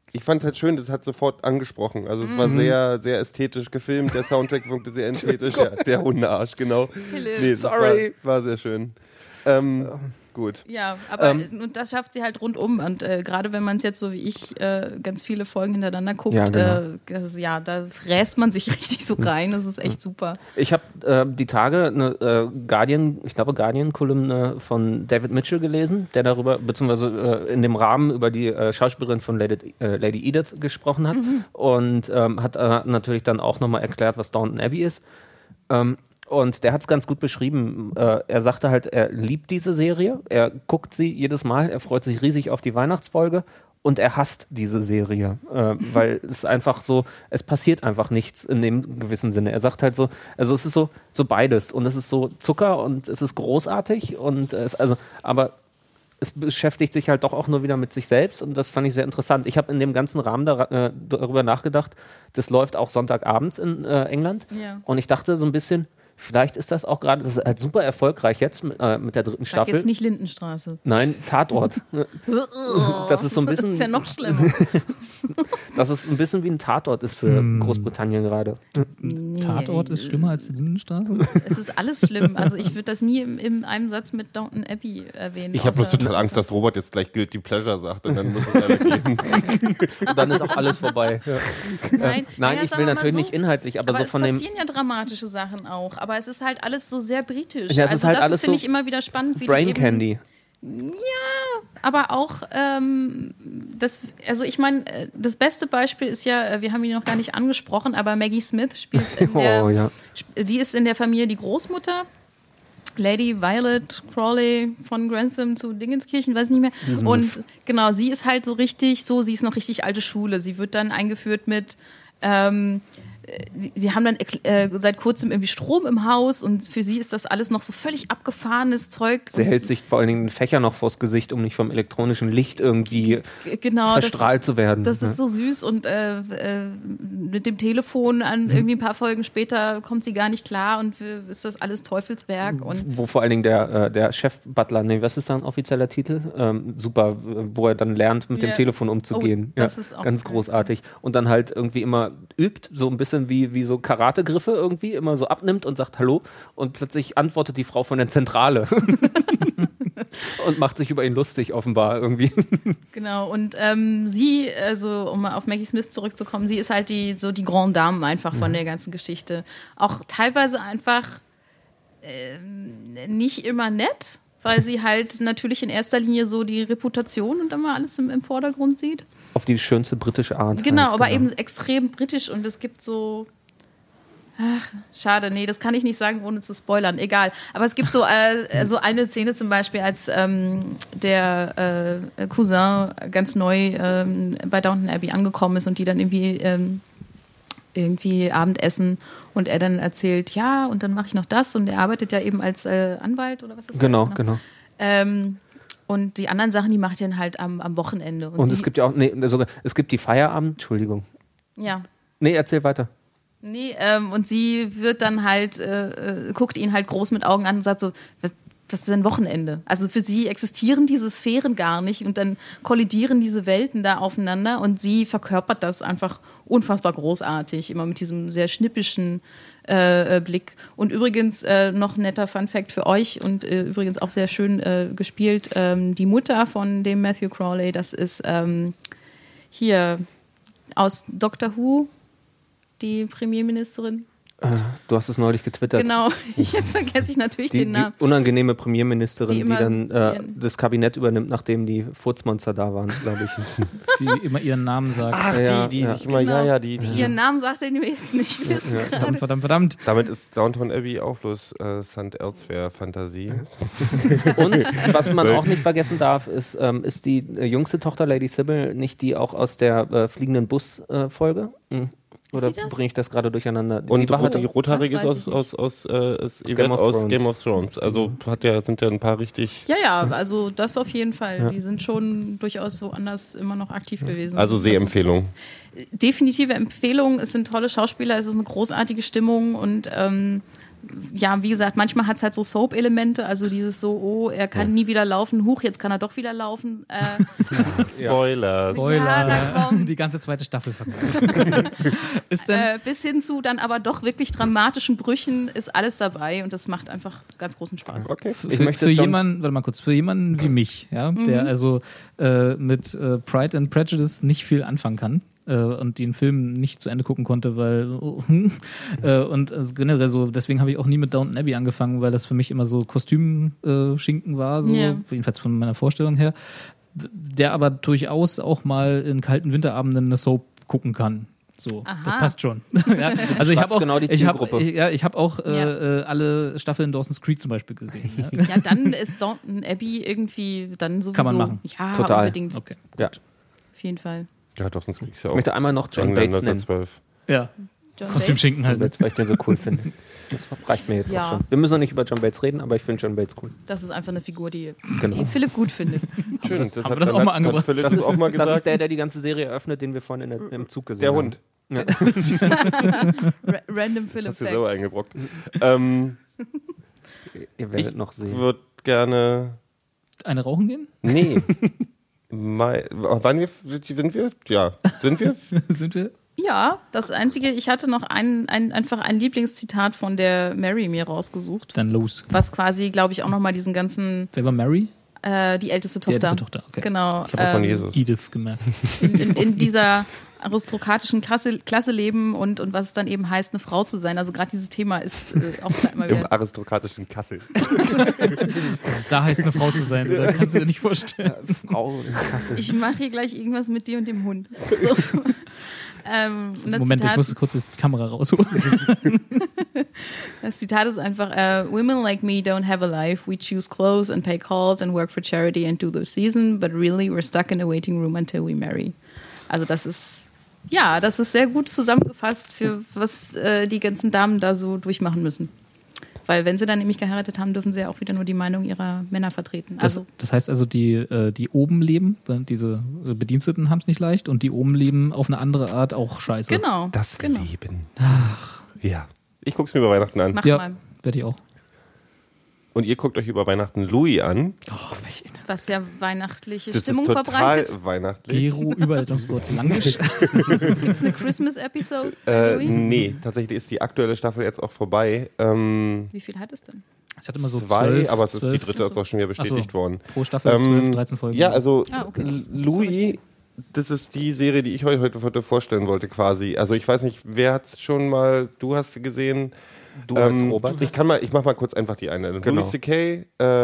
ich fand es halt schön, das hat sofort angesprochen. Also es war sehr, sehr ästhetisch gefilmt, der Soundtrack wirkte sehr ästhetisch. Ja, der Hundearsch, genau. Nee, sorry. War sehr schön. Gut. Ja, aber und das schafft sie halt rundum. Und gerade wenn man es jetzt so wie ich ganz viele Folgen hintereinander guckt, da fräst man sich richtig so rein. Das ist echt super. Ich habe die Tage eine Guardian-Kolumne von David Mitchell gelesen, der darüber, beziehungsweise in dem Rahmen über die Schauspielerin von Lady Edith gesprochen hat und hat natürlich dann auch nochmal erklärt, was Downton Abbey ist. Und der hat es ganz gut beschrieben. Er sagte halt, er liebt diese Serie, er guckt sie jedes Mal, er freut sich riesig auf die Weihnachtsfolge und er hasst diese Serie, weil es einfach so, es passiert einfach nichts in dem gewissen Sinne. Er sagt halt so, also es ist so beides und es ist so Zucker und es ist großartig und aber es beschäftigt sich halt doch auch nur wieder mit sich selbst und das fand ich sehr interessant. Ich habe in dem ganzen Rahmen darüber nachgedacht, das läuft auch Sonntagabends in England und ich dachte so ein bisschen, vielleicht ist das auch gerade, das ist halt super erfolgreich jetzt mit der 3. Staffel. Jetzt nicht Lindenstraße. Nein, Tatort. Das ist so ein bisschen. Das ist ja noch schlimmer. Dass es ein bisschen wie ein Tatort ist für Großbritannien gerade. Nee. Tatort ist schlimmer als die Lindenstraße? Es ist alles schlimm. Also ich würde das nie in einem Satz mit Downton Abbey erwähnen. Ich habe bloß total Angst, dass Robert jetzt gleich Guilty Pleasure sagt und dann muss es alle gehen. Und dann ist auch alles vorbei. Ja. Nein, ich will natürlich nicht inhaltlich, aber so von dem. Es passieren ja dramatische Sachen auch. Aber es ist halt alles so sehr britisch. Ja, es ist halt das alles finde so ich immer wieder spannend. Wie Brain Candy. Ja, aber auch ich meine, das beste Beispiel ist ja, wir haben ihn noch gar nicht angesprochen, aber Maggie Smith spielt die ist in der Familie die Großmutter. Lady Violet Crawley von Grantham zu Dingenskirchen, weiß ich nicht mehr. Und genau, sie ist halt so richtig, sie ist noch richtig alte Schule. Sie wird dann eingeführt mit sie haben dann seit kurzem irgendwie Strom im Haus und für sie ist das alles noch so völlig abgefahrenes Zeug. Sie hält sich vor allen Dingen den Fächer noch vors Gesicht, um nicht vom elektronischen Licht irgendwie verstrahlt zu werden. Das ist so süß und mit dem Telefon irgendwie ein paar Folgen später kommt sie gar nicht klar und ist das alles Teufelswerk. Und wo vor allen Dingen der Chef-Butler, was ist sein offizieller Titel? Super, wo er dann lernt, mit dem Telefon umzugehen. Das ist auch ganz großartig. Und dann halt irgendwie immer übt, so ein bisschen wie so Karategriffe irgendwie, immer so abnimmt und sagt Hallo und plötzlich antwortet die Frau von der Zentrale und macht sich über ihn lustig offenbar irgendwie. Genau, und sie, also um mal auf Maggie Smith zurückzukommen, sie ist halt die Grande Dame einfach von der ganzen Geschichte. Auch teilweise einfach nicht immer nett, weil sie halt natürlich in erster Linie so die Reputation und immer alles im Vordergrund sieht. Auf die schönste britische Art. Genau, halt, aber eben extrem britisch und es gibt so... schade, nee, das kann ich nicht sagen, ohne zu spoilern, egal. Aber es gibt so eine Szene zum Beispiel, als der Cousin ganz neu bei Downton Abbey angekommen ist und die dann irgendwie Abendessen und er dann erzählt, ja, und dann mache ich noch das und er arbeitet ja eben als Anwalt oder was ist das? Genau, ne? genau. Und die anderen Sachen, die mache ich dann halt am Wochenende. Und es gibt ja auch, es gibt die Feierabend, Entschuldigung. Ja. Nee, erzähl weiter. Nee, und sie wird dann halt, guckt ihn halt groß mit Augen an und sagt so, was ist denn Wochenende? Also für sie existieren diese Sphären gar nicht und dann kollidieren diese Welten da aufeinander und sie verkörpert das einfach unfassbar großartig, immer mit diesem sehr schnippischen Blick. Und übrigens noch ein netter Funfact für euch und übrigens auch sehr schön gespielt, die Mutter von dem Matthew Crawley, das ist hier aus Doctor Who, die Premierministerin. Du hast es neulich getwittert. Genau, jetzt vergesse ich natürlich den Namen. Die unangenehme Premierministerin, die dann das Kabinett übernimmt, nachdem die Furzmonster da waren, glaube ich. Die immer ihren Namen sagt. Ach, die ihren Namen sagt er mir jetzt nicht. Verdammt. Damit ist Downton Abbey auch bloß St. Elsewhere-Fantasie. Und was man auch nicht vergessen darf, ist die jüngste Tochter Lady Sybil nicht die auch aus der fliegenden Bus-Folge? Oder bringe ich das gerade durcheinander? Und die Rothaarige ist aus Game of Thrones. Also sind ja ein paar richtig... Ja, also das auf jeden Fall. Ja. Die sind schon durchaus woanders immer noch aktiv gewesen. Also Sehempfehlung. Definitive Empfehlung. Es sind tolle Schauspieler, es ist eine großartige Stimmung und ja, wie gesagt, manchmal hat es halt so Soap-Elemente, also dieses so, oh, er kann nie wieder laufen, jetzt kann er doch wieder laufen. Spoiler. Ja, die ganze zweite Staffel verkauft. Bis hin zu dann aber doch wirklich dramatischen Brüchen ist alles dabei und das macht einfach ganz großen Spaß. Okay. Für jemanden wie mich, ja, der also mit Pride and Prejudice nicht viel anfangen kann, und den Film nicht zu Ende gucken konnte, weil und also generell so, deswegen habe ich auch nie mit Downton Abbey angefangen, weil das für mich immer so Kostümschinken war, so jedenfalls von meiner Vorstellung her, der aber durchaus auch mal in kalten Winterabenden eine Soap gucken kann. So, das passt schon. Ja, also ich habe auch, genau die Zielgruppe. Ich habe auch alle Staffeln Dawson's Creek zum Beispiel gesehen. Ja, ja, dann ist Downton Abbey irgendwie dann sowieso. Kann man machen. Ja, total. Unbedingt. Okay. Ja. Auf jeden Fall. Ja, Dawson's Creek ist ja auch. Ich möchte einmal noch John Bates nennen. 12. Ja. John Kostümschinken halt. Weil ich den so cool finde. Das reicht mir jetzt auch schon. Wir müssen noch nicht über John Bates reden, aber ich finde John Bates cool. Das ist einfach eine Figur, die Genau. Philipp gut findet. Schön, haben wir das auch mal angebracht. Das ist der die ganze Serie eröffnet, den wir vorhin im Zug gesehen Der haben. Hund. Ja. Random Philipp Hast du selber eingebrockt. Ihr werdet noch sehen. Ich würde gerne. Eine rauchen gehen? Nee. Waren wir? Sind wir? Ja. Sind wir? Sind wir? Ja, das Einzige, ich hatte noch einfach ein Lieblingszitat von der Mary mir rausgesucht. Dann los. Was quasi, glaube ich, auch nochmal diesen ganzen... Wer war Mary? Die älteste Tochter. Die älteste Tochter, okay. Genau. Ich habe was von Jesus. Edith gemerkt. In dieser aristokratischen Klasse leben und was es dann eben heißt, eine Frau zu sein. Also gerade dieses Thema ist auch da immer wieder... Im aristokratischen Kassel. Was es da heißt, eine Frau zu sein, oder? Kannst du dir nicht vorstellen. Frau in Kassel. Ich mache hier gleich irgendwas mit dir und dem Hund. So. Moment, ich muss kurz die Kamera rausholen. Das Zitat ist einfach: Women like me don't have a life. We choose clothes and pay calls and work for charity and do the season, but really we're stuck in a waiting room until we marry. Also das ist sehr gut zusammengefasst für was die ganzen Damen da so durchmachen müssen. Weil wenn sie dann nämlich geheiratet haben, dürfen sie ja auch wieder nur die Meinung ihrer Männer vertreten. Also das heißt also, die oben leben, diese Bediensteten haben es nicht leicht und die oben leben auf eine andere Art auch scheiße. Genau. Das genau. Leben. Ach. Ja. Ich gucke es mir über Weihnachten an. Mach mal. Werde ich auch. Und ihr guckt euch über Weihnachten Louis an. Oh, was ja weihnachtliche das Stimmung ist total verbreitet. Weihnachtlich. Gero Überleitungsgurt Langisch. Gibt es eine Christmas-Episode? Nee, tatsächlich ist die aktuelle Staffel jetzt auch vorbei. Wie viel hat es denn? Ich hatte immer so 2, 12, aber es ist die dritte, ist auch schon wieder bestätigt worden. Pro Staffel 12, 13 Folgen. Ja, also okay. Louis, das ist die Serie, die ich heute vorstellen wollte quasi. Also ich weiß nicht, wer hat es schon mal, du hast sie gesehen. Du als Robert. Ich mach mal kurz einfach die Einleitung. Genau. Louis C.K.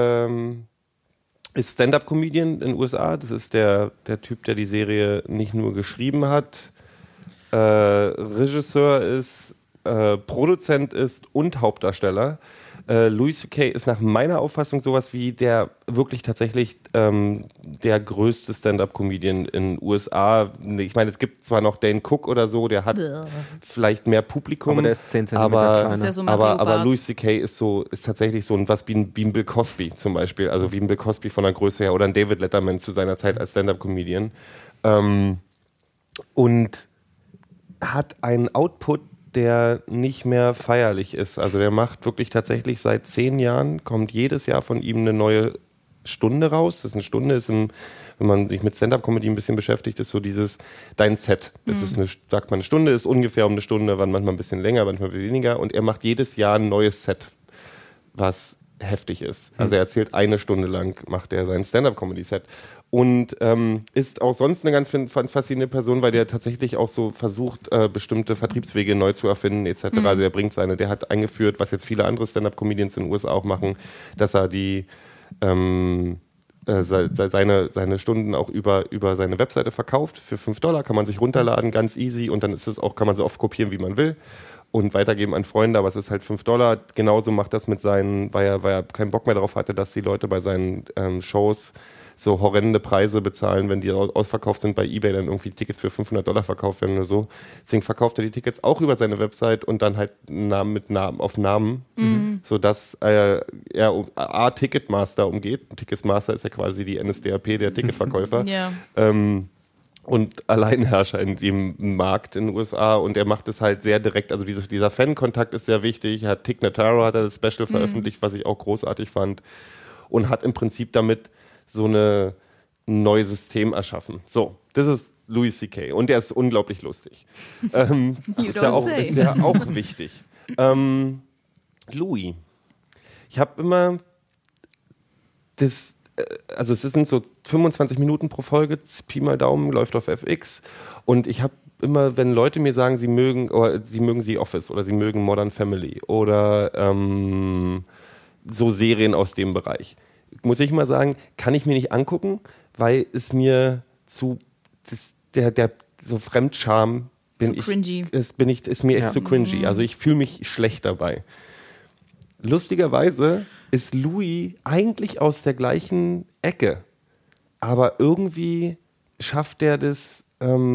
Ist Stand-Up-Comedian in den USA. Das ist der Typ, der die Serie nicht nur geschrieben hat, Regisseur ist, Produzent ist und Hauptdarsteller. Louis C.K. ist nach meiner Auffassung sowas wie der wirklich tatsächlich der größte Stand-Up-Comedian in den USA. Ich meine, es gibt zwar noch Dane Cook oder so, der hat vielleicht mehr Publikum. Aber der ist 10 cm kleiner. Ist ja so aber Louis C.K. ist tatsächlich so was wie ein Bill Cosby zum Beispiel. Also wie ein Bill Cosby von der Größe her oder ein David Letterman zu seiner Zeit als Stand-Up-Comedian. Und hat einen Output, der nicht mehr feierlich ist. Also der macht wirklich tatsächlich seit 10 Jahren, kommt jedes Jahr von ihm eine neue Stunde raus. Das ist eine Stunde, wenn man sich mit Stand-Up-Comedy ein bisschen beschäftigt, ist so dein Set. Das ist sagt man, eine Stunde, ist ungefähr um eine Stunde, manchmal ein bisschen länger, manchmal weniger. Und er macht jedes Jahr ein neues Set, was heftig ist. Also er erzählt eine Stunde lang, macht er sein Stand-Up-Comedy-Set. Und ist auch sonst eine ganz faszinierende Person, weil der tatsächlich auch so versucht, bestimmte Vertriebswege neu zu erfinden, etc. Also der hat eingeführt, was jetzt viele andere Stand-Up-Comedians in den USA auch machen, dass er seine Stunden auch über seine Webseite verkauft. Für $5 kann man sich runterladen, ganz easy. Und dann kann man so oft kopieren, wie man will. Und weitergeben an Freunde, aber es ist halt $5. Genauso macht das mit seinen, weil er keinen Bock mehr darauf hatte, dass die Leute bei seinen Shows so horrende Preise bezahlen, wenn die ausverkauft sind bei eBay, dann irgendwie Tickets für $500 verkauft werden oder so. Deswegen verkauft er die Tickets auch über seine Website und dann halt Namen auf Namen, sodass er Ticketmaster umgeht. Ticketmaster ist ja quasi die NSDAP der Ticketverkäufer. Ja. und Alleinherrscher in dem Markt in den USA und er macht es halt sehr direkt, also dieser Fan-Kontakt ist sehr wichtig, Tig Notaro hat das Special veröffentlicht, was ich auch großartig fand und hat im Prinzip damit so ein neues System erschaffen. So, das ist Louis C.K. und er ist unglaublich lustig. Ist ja auch wichtig. Louis. Ich habe immer also es sind so 25 Minuten pro Folge, Pi mal Daumen, läuft auf FX und ich habe immer, wenn Leute mir sagen, sie mögen The Office oder sie mögen Modern Family oder so Serien aus dem Bereich, muss ich mal sagen, kann ich mir nicht angucken, weil es mir so Fremdscham ist mir echt zu cringy. Also ich fühle mich schlecht dabei. Lustigerweise ist Louis eigentlich aus der gleichen Ecke, aber irgendwie schafft er das,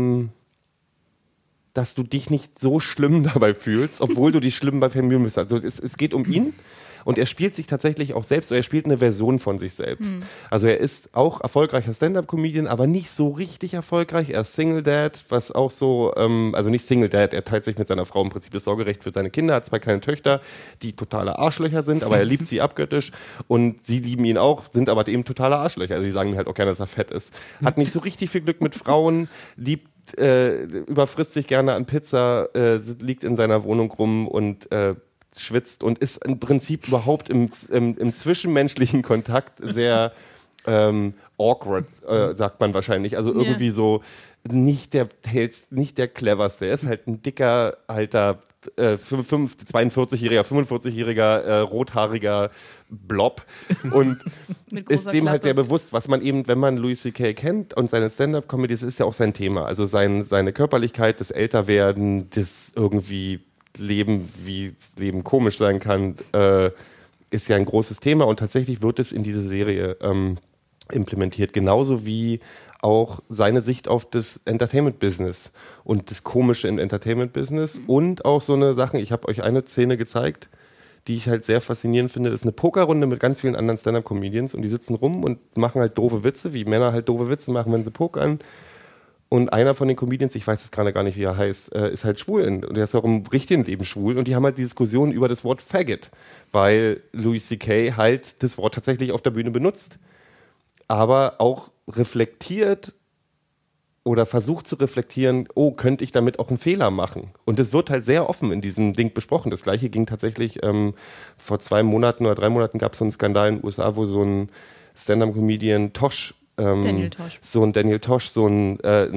dass du dich nicht so schlimm dabei fühlst, obwohl du dich schlimm bei Family bist. Also es geht um ihn und er spielt sich tatsächlich auch selbst, oder er spielt eine Version von sich selbst. Also er ist auch erfolgreicher Stand-Up-Comedian, aber nicht so richtig erfolgreich. Er ist Single Dad, was auch so, also nicht Single Dad, er teilt sich mit seiner Frau im Prinzip das Sorgerecht für seine Kinder, hat 2 kleine Töchter, die totale Arschlöcher sind, aber er liebt sie abgöttisch und sie lieben ihn auch, sind aber eben totale Arschlöcher. Also die sagen halt auch gerne, dass er fett ist. Hat nicht so richtig viel Glück mit Frauen, überfrisst sich gerne an Pizza, liegt in seiner Wohnung rum und schwitzt und ist im Prinzip überhaupt im zwischenmenschlichen Kontakt sehr awkward, sagt man wahrscheinlich. Also irgendwie so nicht der cleverste. Er ist halt ein dicker, alter 42-jähriger, 45-jähriger, rothaariger Blob und ist dem halt sehr bewusst, was man eben, wenn man Louis C.K. kennt und seine Stand-Up-Comedy, das ist ja auch sein Thema. Also seine Körperlichkeit, das Älterwerden, das irgendwie Leben, wie Leben komisch sein kann, ist ja ein großes Thema und tatsächlich wird es in diese Serie implementiert. Genauso wie auch seine Sicht auf das Entertainment-Business und das Komische im Entertainment-Business und auch so eine Sache, ich habe euch eine Szene gezeigt, die ich halt sehr faszinierend finde, das ist eine Pokerrunde mit ganz vielen anderen Stand-Up-Comedians und die sitzen rum und machen halt doofe Witze, wie Männer halt doofe Witze machen, wenn sie pokern. Und einer von den Comedians, ich weiß jetzt gerade gar nicht, wie er heißt, ist halt schwul und der ist auch im richtigen Leben schwul und die haben halt die Diskussion über das Wort Faggot, weil Louis C.K. halt das Wort tatsächlich auf der Bühne benutzt, aber auch reflektiert oder versucht zu reflektieren, könnte ich damit auch einen Fehler machen? Und das wird halt sehr offen in diesem Ding besprochen. Das Gleiche ging tatsächlich vor 2 Monaten oder 3 Monaten gab es so einen Skandal in den USA, wo so ein Stand-Up-Comedian Tosh Daniel Tosh so ein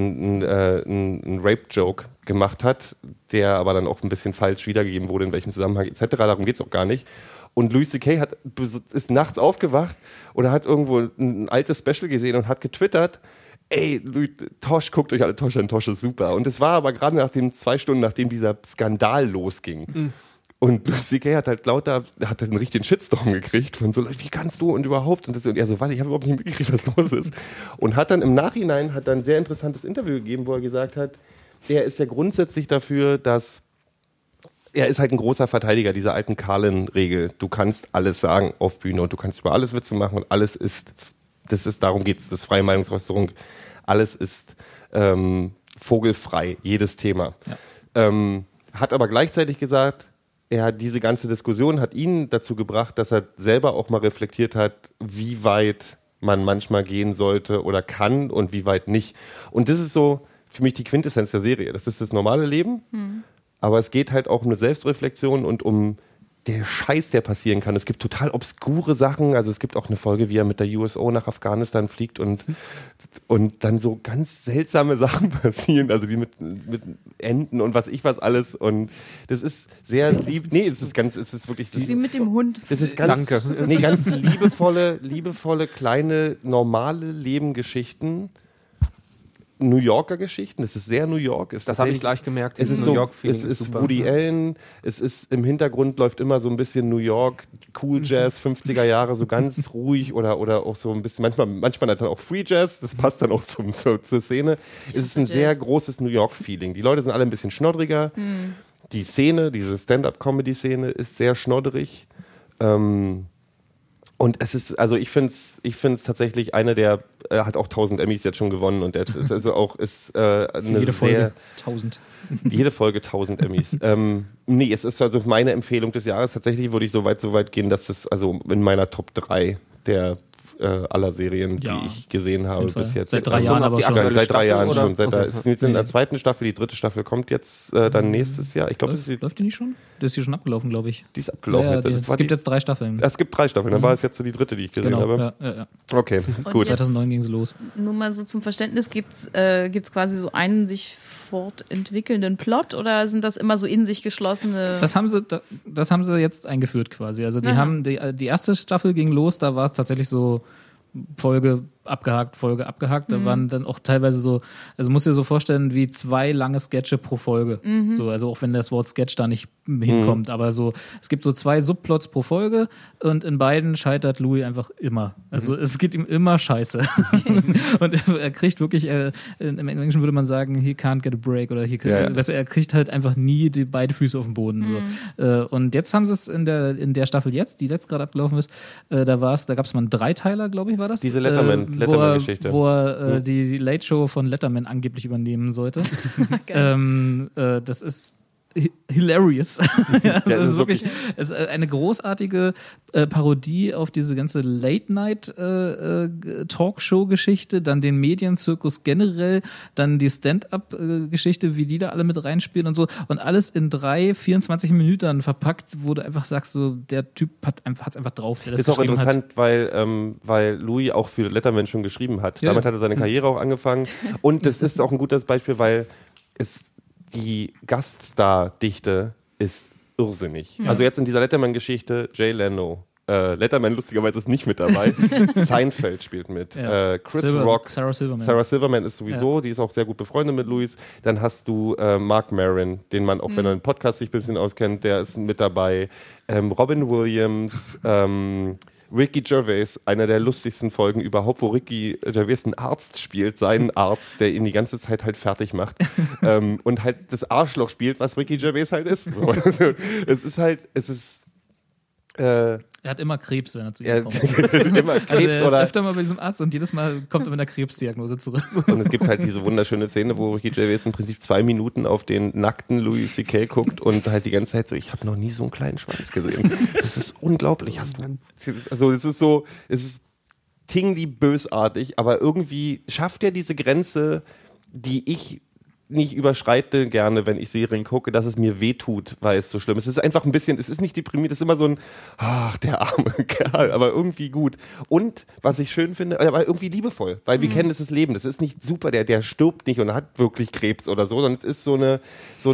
Rape-Joke gemacht hat, der aber dann auch ein bisschen falsch wiedergegeben wurde, in welchem Zusammenhang etc. Darum geht es auch gar nicht. Und Louis C.K. ist nachts aufgewacht oder hat irgendwo ein altes Special gesehen und hat getwittert, ey, Tosh, guckt euch alle Tosh an, Tosh ist super. Und es war aber gerade 2 Stunden, nachdem dieser Skandal losging. Und Louis C.K. hat halt einen richtigen Shitstorm gekriegt von so, wie kannst du und überhaupt? Und er so, was, ich habe überhaupt nicht mitgekriegt, was los ist. Und hat dann im Nachhinein ein sehr interessantes Interview gegeben, wo er gesagt hat, er ist ja grundsätzlich dafür, dass er ist halt ein großer Verteidiger dieser alten Carlin-Regel. Du kannst alles sagen auf Bühne und du kannst über alles Witze machen und alles darum geht's, das freie Meinungsäußerung, alles ist vogelfrei, jedes Thema. Ja. Hat aber gleichzeitig gesagt, diese ganze Diskussion hat ihn dazu gebracht, dass er selber auch mal reflektiert hat, wie weit man manchmal gehen sollte oder kann und wie weit nicht. Und das ist so für mich die Quintessenz der Serie. Das ist das normale Leben, aber es geht halt auch um eine Selbstreflexion und um der Scheiß, der passieren kann. Es gibt total obskure Sachen. Also es gibt auch eine Folge, wie er mit der USO nach Afghanistan fliegt und dann so ganz seltsame Sachen passieren. Also die mit Enten und was alles. Und das ist sehr lieb. Nee, es ist wirklich. Das ist wie mit dem Hund. Das ist ganz, danke. Nee, ganz liebevolle, kleine, normale Lebengeschichten. New Yorker Geschichten, das ist sehr New York. Das habe ich gleich gemerkt. Es ist New York-Feeling. Es ist Woody Allen, es ist im Hintergrund läuft immer so ein bisschen New York, Cool Jazz, 50er Jahre, so ganz ruhig oder auch so ein bisschen, manchmal dann auch Free Jazz, das passt dann auch zur Szene. Es ist ein sehr großes New York-Feeling. Die Leute sind alle ein bisschen schnoddriger. Die Szene, diese Stand-Up-Comedy-Szene ist sehr schnodderig. Und Und es ist, also ich finde es tatsächlich eine der, er hat auch 1000 Emmys jetzt schon gewonnen und er ist also auch eine jede Folge 1000. Jede Folge 1000 Emmys. Nee, es ist also meine Empfehlung des Jahres. Tatsächlich würde ich so weit gehen, dass es also in meiner Top 3 der aller Serien, die ich gesehen habe bis jetzt. Seit 3 Jahren aber schon. Seit 3 Jahren oder? schon. Ist in der zweiten Staffel, die 3. Staffel kommt jetzt dann nächstes Jahr. Ich glaube, läuft die nicht schon? Das ist hier schon abgelaufen, glaube ich. Die ist abgelaufen. Es gibt jetzt 3 Staffeln. Es gibt 3 Staffeln, dann war es jetzt so die 3., die ich gesehen habe. Ja. Okay, gut. 2009 ging es los. Nur mal so zum Verständnis, gibt's quasi so einen sich fortentwickelnden Plot oder sind das immer so in sich geschlossene... Das haben sie jetzt eingeführt quasi. Also die erste Staffel ging los, da war es tatsächlich so Folge abgehakt. Da waren dann auch teilweise so, also musst dir so vorstellen, wie 2 lange Sketche pro Folge. So, also auch wenn das Wort Sketch da nicht hinkommt, aber so, es gibt so 2 Subplots pro Folge und in beiden scheitert Louis einfach immer. Also es geht ihm immer scheiße. Und er kriegt wirklich, im Englischen würde man sagen, he can't get a break oder er kriegt halt einfach nie beide Füße auf den Boden. So. Und jetzt haben sie es in der Staffel jetzt, die jetzt gerade abgelaufen ist, da gab es mal einen 3-Teiler, glaube ich, war das? Diese Letterman-Geschichte. Wo er die Late Show von Letterman angeblich übernehmen sollte. Das ist hilarious. Es ist wirklich eine großartige Parodie auf diese ganze Late-Night-Talkshow-Geschichte, dann den Medienzirkus generell, dann die Stand-Up-Geschichte, wie die da alle mit reinspielen und so. Und alles in 24 Minuten verpackt, wo du einfach sagst, so, der Typ hat's einfach drauf. Der das ist auch interessant, weil Louis auch für Letterman schon geschrieben hat. Ja. Damit hat er seine Karriere auch angefangen. Und das ist auch ein gutes Beispiel, weil die Gaststar-Dichte ist irrsinnig. Ja. Also jetzt in dieser Letterman-Geschichte, Jay Leno. Letterman lustigerweise ist nicht mit dabei. Seinfeld spielt mit. Ja. Chris Rock. Sarah Silverman ist sowieso, die ist auch sehr gut befreundet mit Louis. Dann hast du Mark Maron, den man auch, wenn er einen Podcast sich ein bisschen auskennt, der ist mit dabei. Robin Williams, Ricky Gervais, einer der lustigsten Folgen überhaupt, wo Ricky Gervais einen Arzt spielt, seinen Arzt, der ihn die ganze Zeit halt fertig macht und halt das Arschloch spielt, was Ricky Gervais halt ist. Er hat immer Krebs, wenn er zu ihm kommt. Immer Krebs, also er ist öfter mal bei diesem Arzt und jedes Mal kommt er mit einer Krebsdiagnose zurück. Und es gibt halt diese wunderschöne Szene, wo Ricky Gervais im Prinzip 2 Minuten auf den nackten Louis C.K. guckt und halt die ganze Zeit so, ich habe noch nie so einen kleinen Schwanz gesehen. Das ist unglaublich. Es ist tingly bösartig, aber irgendwie schafft er diese Grenze, die ich nicht überschreite gerne, wenn ich Serien gucke, dass es mir wehtut, weil es so schlimm ist. Es ist einfach ein bisschen, es ist nicht deprimiert, es ist immer so ein, ach, der arme Kerl, aber irgendwie gut. Und, was ich schön finde, aber irgendwie liebevoll, weil wir kennen das Leben. Das ist nicht super, der stirbt nicht und hat wirklich Krebs oder so, sondern es ist so eine,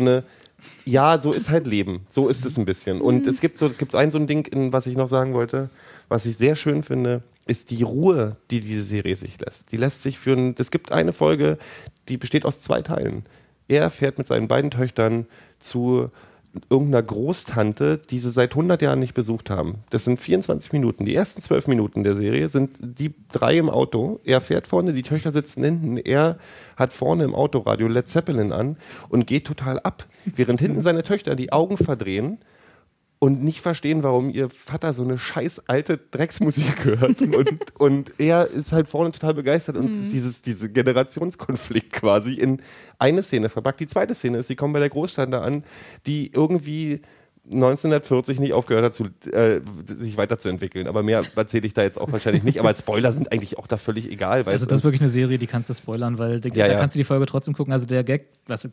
ja, so ist halt Leben. So ist es ein bisschen. Und es gibt so ein Ding, was ich noch sagen wollte, was ich sehr schön finde, ist die Ruhe, die diese Serie sich lässt. Die lässt sich es gibt eine Folge, die besteht aus 2 Teilen. Er fährt mit seinen beiden Töchtern zu irgendeiner Großtante, die sie seit 100 Jahren nicht besucht haben. Das sind 24 Minuten. Die ersten 12 Minuten der Serie sind die 3 im Auto. Er fährt vorne, die Töchter sitzen hinten. Er hat vorne im Autoradio Led Zeppelin an und geht total ab. Während hinten seine Töchter die Augen verdrehen und nicht verstehen, warum ihr Vater so eine scheiß alte Drecksmusik hört. Und er ist halt vorne total begeistert und diese Generationskonflikt quasi in eine Szene verpackt. Die zweite Szene ist, sie kommen bei der Großtante an, die irgendwie 1940 nicht aufgehört hat, sich weiterzuentwickeln. Aber mehr erzähle ich da jetzt auch wahrscheinlich nicht. Aber Spoiler sind eigentlich auch da völlig egal. Also das ist wirklich eine Serie, die kannst du spoilern, weil da kannst du die Folge trotzdem gucken. Also der Gag, was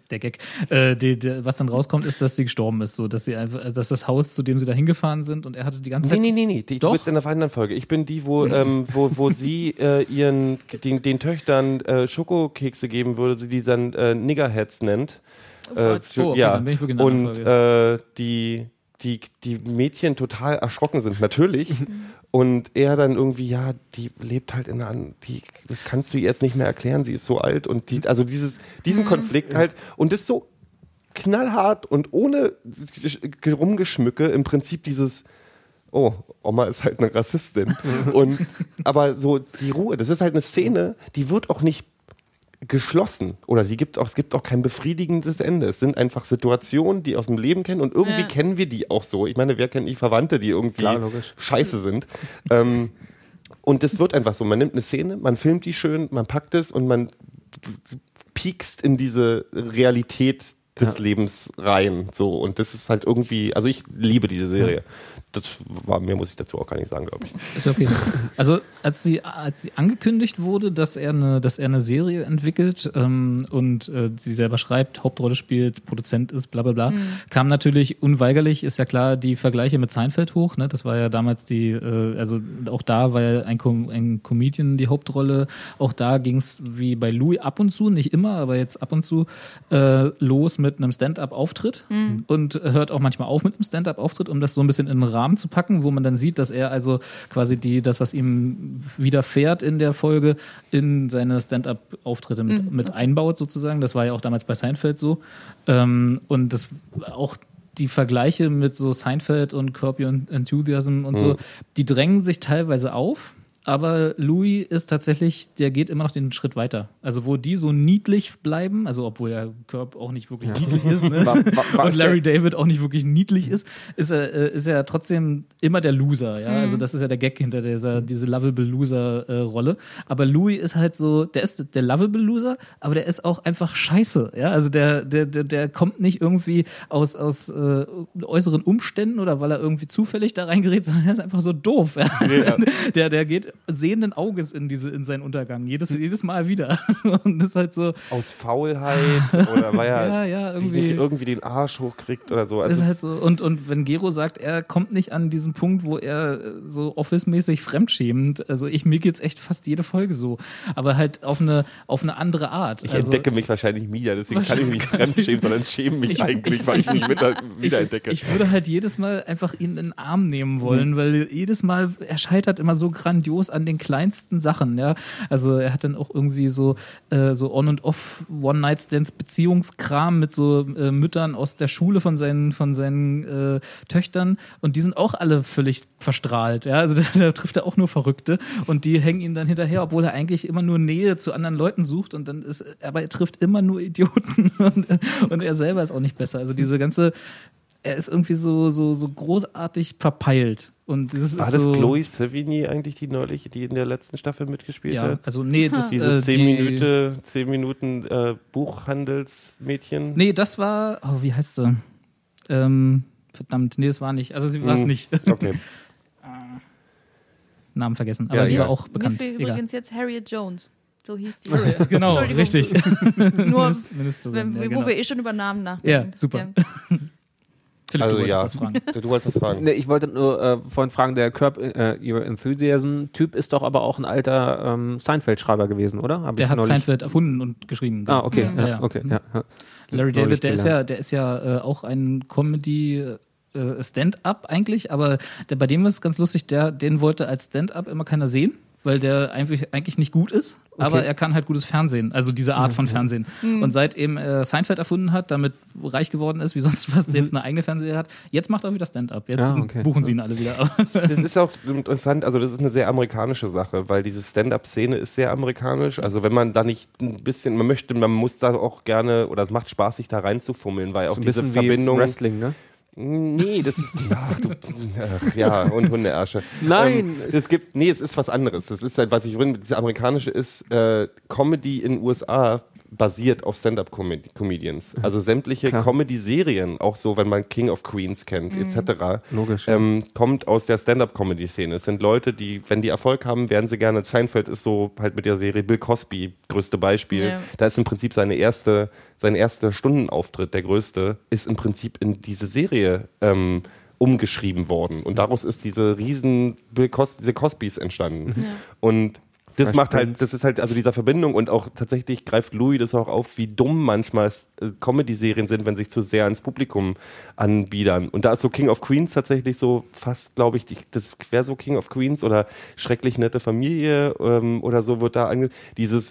dann rauskommt, ist, dass sie gestorben ist. So, dass das Haus, zu dem sie da hingefahren sind und er hatte die ganze Zeit... Nee. Du bist in der anderen Folge. Ich bin die, wo sie den Töchtern Schokokekse geben würde, die dann Niggerheads nennt. Dann bin ich wirklich und die Mädchen total erschrocken sind, natürlich. Und er dann irgendwie, die lebt halt in einer, das kannst du ihr jetzt nicht mehr erklären, sie ist so alt. Und diesen Konflikt halt, und das so knallhart und ohne Rumgeschmücke, im Prinzip dieses, oh, Oma ist halt eine Rassistin. Aber so die Ruhe, das ist halt eine Szene, die wird auch nicht geschlossen oder es gibt auch kein befriedigendes Ende. Es sind einfach Situationen, die aus dem Leben kennen und irgendwie kennen wir die auch so. Ich meine, wer kennt nicht Verwandte, die irgendwie scheiße sind? Und es wird einfach so, man nimmt eine Szene, man filmt die schön, man packt es und man piekst in diese Realität des Lebens rein. So. Und das ist halt irgendwie, also ich liebe diese Serie. Mehr muss ich dazu auch gar nicht sagen, glaube ich. Ist okay. Also als sie angekündigt wurde, dass er eine Serie entwickelt und sie selber schreibt, Hauptrolle spielt, Produzent ist, bla bla bla, kam natürlich unweigerlich, ist ja klar, die Vergleiche mit Seinfeld hoch. Ne? Das war ja damals also auch da war ja ein Comedian die Hauptrolle. Auch da ging es wie bei Louis ab und zu, nicht immer, aber jetzt ab und zu los mit einem Stand-up-Auftritt und hört auch manchmal auf mit einem Stand-up-Auftritt, um das so ein bisschen in den Rahmen zu packen, wo man dann sieht, dass er also quasi das, was ihm widerfährt in der Folge, in seine Stand-up-Auftritte mit einbaut sozusagen. Das war ja auch damals bei Seinfeld so. Und das auch die Vergleiche mit so Seinfeld und Curb Your Enthusiasm und so, die drängen sich teilweise auf. Aber Louis ist tatsächlich, der geht immer noch den Schritt weiter. Also wo die so niedlich bleiben, also obwohl ja Curb auch nicht wirklich niedlich ist, ne? Und Larry David auch nicht wirklich niedlich ist er trotzdem immer der Loser. Ja? Also das ist ja der Gag hinter diese Lovable Loser-Rolle. Aber Louis ist halt so, der ist der Lovable Loser, aber der ist auch einfach scheiße. Ja? Also der kommt nicht irgendwie aus äußeren Umständen oder weil er irgendwie zufällig da reingerät, sondern er ist einfach so doof. Ja? Der geht sehenden Auges in seinen Untergang. Jedes Mal wieder. Und das ist halt so. Aus Faulheit oder weil er sich nicht irgendwie den Arsch hochkriegt oder so. Also ist halt so. Und wenn Gero sagt, er kommt nicht an diesen Punkt, wo er so Office-mäßig fremdschämend, also mir geht's echt fast jede Folge so. Aber halt auf eine andere Art. Ich entdecke mich wahrscheinlich wieder, deswegen kann ich mich nicht fremdschämen, sondern schäme mich eigentlich, weil ich mich wieder entdecke. Ich würde halt jedes Mal einfach ihn in den Arm nehmen wollen, weil jedes Mal, er scheitert immer so grandios an den kleinsten Sachen, ja. Also er hat dann auch irgendwie so On- und Off One-Night-Stands Beziehungskram mit so Müttern aus der Schule von seinen Töchtern und die sind auch alle völlig verstrahlt, ja. Also da trifft er auch nur Verrückte und die hängen ihm dann hinterher, obwohl er eigentlich immer nur Nähe zu anderen Leuten sucht und dann aber er trifft immer nur Idioten und er selber ist auch nicht besser. Also er ist irgendwie so großartig verpeilt. Und das war das Chloe Sevigny eigentlich die in der letzten Staffel mitgespielt hat? Ja, also nee, das diese 10 Minuten Buchhandelsmädchen. Nee, das war, wie heißt sie? Verdammt, nee, das war nicht. Also sie war es nicht. Okay. Namen vergessen, aber sie war auch bekannt. Mir fehlt übrigens jetzt Harriet Jones. So hieß die. Genau, richtig. Nur, Ministerin, wo wir schon über Namen nachdenken. Ja, super. Ja. Philipp, du wolltest was fragen. Du wolltest was fragen. Nee, ich wollte nur vorhin fragen, der Curb Your Enthusiasm-Typ ist doch aber auch ein alter Seinfeld-Schreiber gewesen, oder? Der hat Seinfeld erfunden und geschrieben. Ah, okay. Ja. Okay. Ja. Larry David, der ist ja auch ein Comedy Stand-up eigentlich, aber bei dem ist ganz lustig, den wollte als Stand-up immer keiner sehen, weil der eigentlich nicht gut ist, aber er kann halt gutes Fernsehen, also diese Art von Fernsehen. Und seitdem er Seinfeld erfunden hat, damit reich geworden ist, wie sonst was, jetzt eine eigene Fernseher hat, jetzt macht er wieder Stand-up. Jetzt buchen sie ihn alle wieder. Das ist auch interessant, also das ist eine sehr amerikanische Sache, weil diese Stand-up-Szene ist sehr amerikanisch. Also wenn man da nicht ein bisschen, man muss da auch gerne, oder es macht Spaß, sich da reinzufummeln, weil auch diese Verbindung. Wie Wrestling, ne? Nee, das ist. Und Hundeärsche. Nein! Es ist was anderes. Das ist halt, was ich finde, diese amerikanische ist, Comedy in den USA basiert auf Stand-up-Comedians. Also sämtliche Comedy-Serien, auch so, wenn man King of Queens kennt, etc., logisch, kommt aus der Stand-up-Comedy-Szene. Es sind Leute, die, wenn die Erfolg haben, werden sie gerne. Seinfeld ist so halt mit der Serie Bill Cosby, größte Beispiel. Ja. Da ist im Prinzip sein erster Stundenauftritt, der größte, ist im Prinzip in diese Serie umgeschrieben worden. Und daraus ist diese diese Cosbys entstanden. Ja. Und das macht halt, das ist halt, also dieser Verbindung und auch tatsächlich greift Louis das auch auf, wie dumm manchmal Comedy-Serien sind, wenn sich zu sehr ans Publikum anbiedern. Und da ist so King of Queens tatsächlich so fast, glaube ich, das wäre so King of Queens oder Schrecklich nette Familie oder so wird da dieses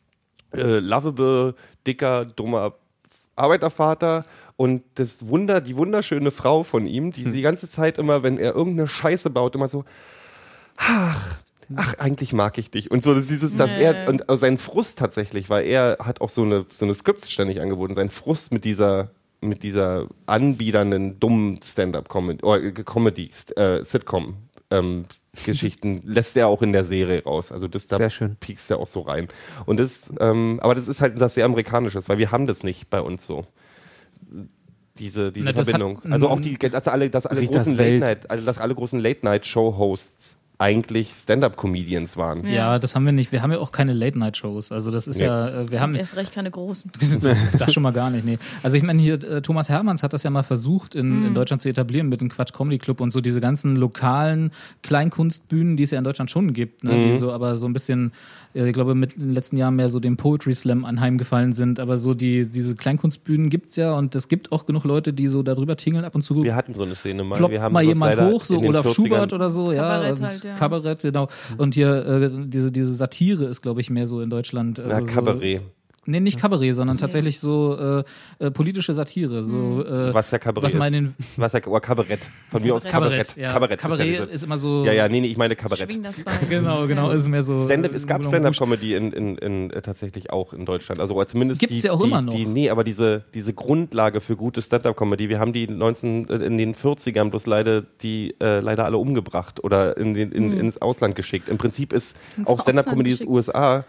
lovable, dicker, dummer Arbeitervater und die wunderschöne Frau von ihm, die die ganze Zeit immer, wenn er irgendeine Scheiße baut, immer so, ach, ach, eigentlich mag ich dich. Und so, dass er, und sein Frust tatsächlich, weil er hat auch so eine Scripts ständig angeboten, sein Frust mit dieser anbiedernden, dummen Sitcom Geschichten lässt er auch in der Serie raus. Also da piekst er auch so rein. Und aber das ist halt was sehr Amerikanisches, weil wir haben das nicht bei uns so. Diese Verbindung. Also auch dass alle großen Late-Night-Show-Hosts eigentlich Stand-Up-Comedians waren. Ja, das haben wir nicht. Wir haben ja auch keine Late-Night-Shows. Also das ist wir haben erst recht keine großen. Das schon mal gar nicht, nee. Also ich meine hier, Thomas Hermanns hat das ja mal versucht in Deutschland zu etablieren mit dem Quatsch Comedy Club und so diese ganzen lokalen Kleinkunstbühnen, die es ja in Deutschland schon gibt, ne? Die so aber so ein bisschen, ich glaube in den letzten Jahren mehr so dem Poetry Slam anheimgefallen sind, aber so diese Kleinkunstbühnen gibt's ja und es gibt auch genug Leute, die so darüber tingeln ab und zu. Wir hatten so eine Szene mal. Ploppt wir haben mal jemand hoch, so Olaf 40ern Schubert oder so, Kabarett halt, ja. Kabarett, genau. Und hier diese Satire ist, glaube ich, mehr so in Deutschland. Also Kabarett. Nee, nicht Kabarett, sondern tatsächlich so politische Satire. So, was ja Kabarett oder Kabarett. Von mir aus Kabarett. Ja. Kabarett ist immer so... Ja, nee, ich meine Kabarett. Schwing das bei. Genau, ist mehr so... Es gab Stand-Up-Comedy in tatsächlich auch in Deutschland. Also zumindest gibt's ja auch immer noch. Aber diese Grundlage für gute Stand-Up-Comedy, wir haben die in den 40ern bloß leider alle umgebracht oder ins Ausland geschickt. Im Prinzip ist auch Stand-Up-Comedy des USA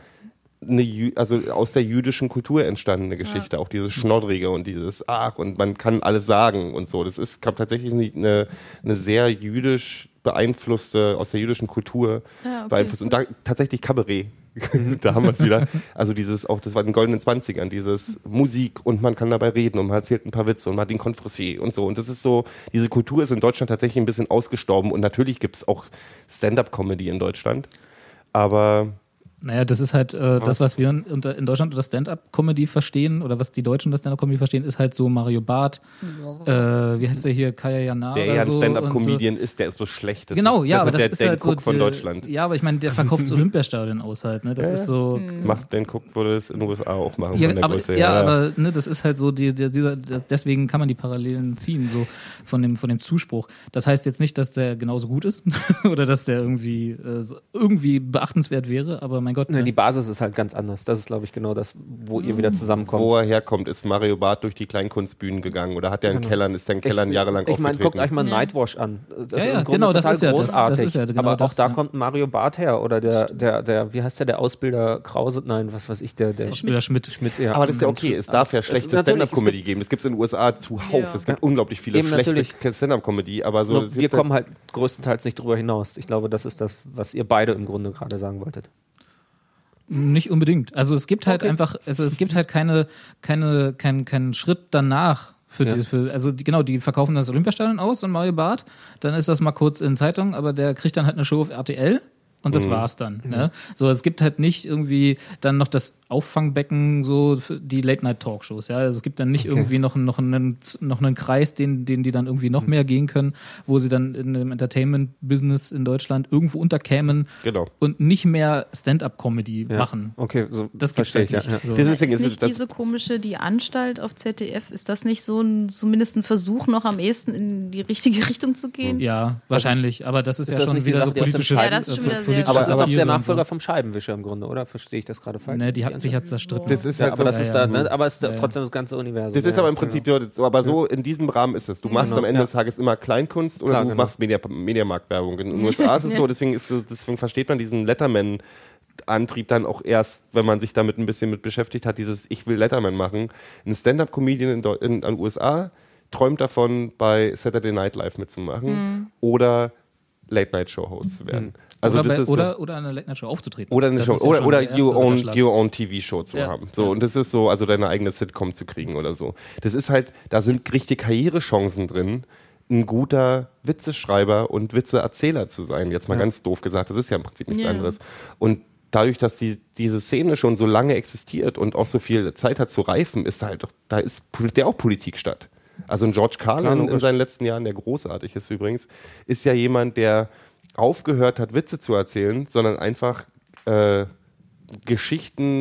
also aus der jüdischen Kultur entstandene Geschichte, auch dieses Schnoddrige und dieses und man kann alles sagen und so. Das kam tatsächlich eine sehr jüdisch beeinflusste, aus der jüdischen Kultur beeinflusst. Und da tatsächlich Kabarett. Da haben wir es wieder. Also das war in den goldenen 20ern, dieses Musik und man kann dabei reden und man erzählt ein paar Witze und man hat den Konferencier und so. Und das ist so, diese Kultur ist in Deutschland tatsächlich ein bisschen ausgestorben und natürlich gibt es auch Stand-Up-Comedy in Deutschland. Aber naja, das ist halt das, was wir in Deutschland unter Stand-Up-Comedy verstehen oder was die Deutschen unter Stand-Up-Comedy verstehen, ist halt so Mario Barth, wie heißt der hier, Kaya Jana der ja ein Stand-Up-Comedian ist, der ist so schlecht. Genau, ja, aber das ist halt so von Deutschland. Ja, aber ich meine, der verkauft das Olympiastadion aus halt, ne? Das ist so... Macht den Cook, würde es in den USA auch machen ja, von der aber, Größe. Aber ne, das ist halt so, deswegen kann man die Parallelen ziehen, so von dem Zuspruch. Das heißt jetzt nicht, dass der genauso gut ist oder dass der irgendwie beachtenswert wäre, aber mein Gott. Ne, die Basis ist halt ganz anders. Das ist, glaube ich, genau das, wo ihr wieder zusammenkommt. Wo er herkommt, ist Mario Barth durch die Kleinkunstbühnen gegangen oder hat er einen Keller, ist der in Kellern jahrelang aufgetreten? Ich meine, guckt euch mal Nightwash an. Das ist im Grunde genau, total das ist großartig. Das ist ja genau aber das, auch da kommt Mario Barth her oder der wie heißt der Ausbilder Krause? Nein, was weiß ich, der Schmidt, ja. Aber das ist ja okay, es darf ja schlechte Stand-Up-Comedy geben. Das gibt es in den USA zuhauf. Es gibt unglaublich viele schlechte Stand-Up-Comedy, aber so... Wir kommen halt größtenteils nicht drüber hinaus. Ich glaube, das ist das, was ihr beide im Grunde gerade sagen wolltet. Nicht unbedingt. Also es gibt halt einfach, es gibt halt keinen Schritt danach die verkaufen das Olympiastadion aus und Mario Barth, dann ist das mal kurz in Zeitung, aber der kriegt dann halt eine Show auf RTL. Und das war's dann. Ne? So, es gibt halt nicht irgendwie dann noch das Auffangbecken, so für die Late-Night-Talkshows. Ja? Also es gibt dann nicht irgendwie noch einen Kreis, den die dann irgendwie noch mehr gehen können, wo sie dann in dem Entertainment-Business in Deutschland irgendwo unterkämen und nicht mehr Stand-Up-Comedy machen. Okay, so das gibt's halt nicht. Ja. So. Ist nicht diese komische, die Anstalt auf ZDF, ist das nicht so zumindest ein Versuch, noch am ehesten in die richtige Richtung zu gehen? Ja, wahrscheinlich. Aber das ist ja schon wieder so politisches. Ja, das ist schon wieder aber es ist doch der Nachfolger vom Scheibenwischer im Grunde, oder? Verstehe ich das gerade falsch? Ne, die hatten sich ja zerstritten. Das ist halt aber das ist aber es ist trotzdem das ganze Universum. Das ist aber im Prinzip, aber so in diesem Rahmen ist es. Du machst am Ende des Tages immer Kleinkunst oder du machst Mediamarktwerbung. In den USA ist es so, deswegen versteht man diesen Letterman-Antrieb dann auch erst, wenn man sich damit ein bisschen mit beschäftigt hat, dieses Ich will Letterman machen. Ein Stand-Up-Comedian in den USA träumt davon, bei Saturday Night Live mitzumachen oder Late-Night-Show-Host zu werden. Also oder eine Late-Night-Show aufzutreten. Oder eine Show, oder your own TV-Show zu haben. So, und das ist so, also deine eigene Sitcom zu kriegen oder so. Das ist halt, da sind richtig Karrierechancen drin, ein guter Witzeschreiber und Witzeerzähler zu sein. Jetzt mal ganz doof gesagt, das ist ja im Prinzip nichts anderes. Und dadurch, dass diese Szene schon so lange existiert und auch so viel Zeit hat zu reifen, ist da ist der auch Politik statt. Also ein George Carlin in seinen letzten Jahren, der großartig ist übrigens, ist ja jemand, der aufgehört hat, Witze zu erzählen, sondern einfach Geschichten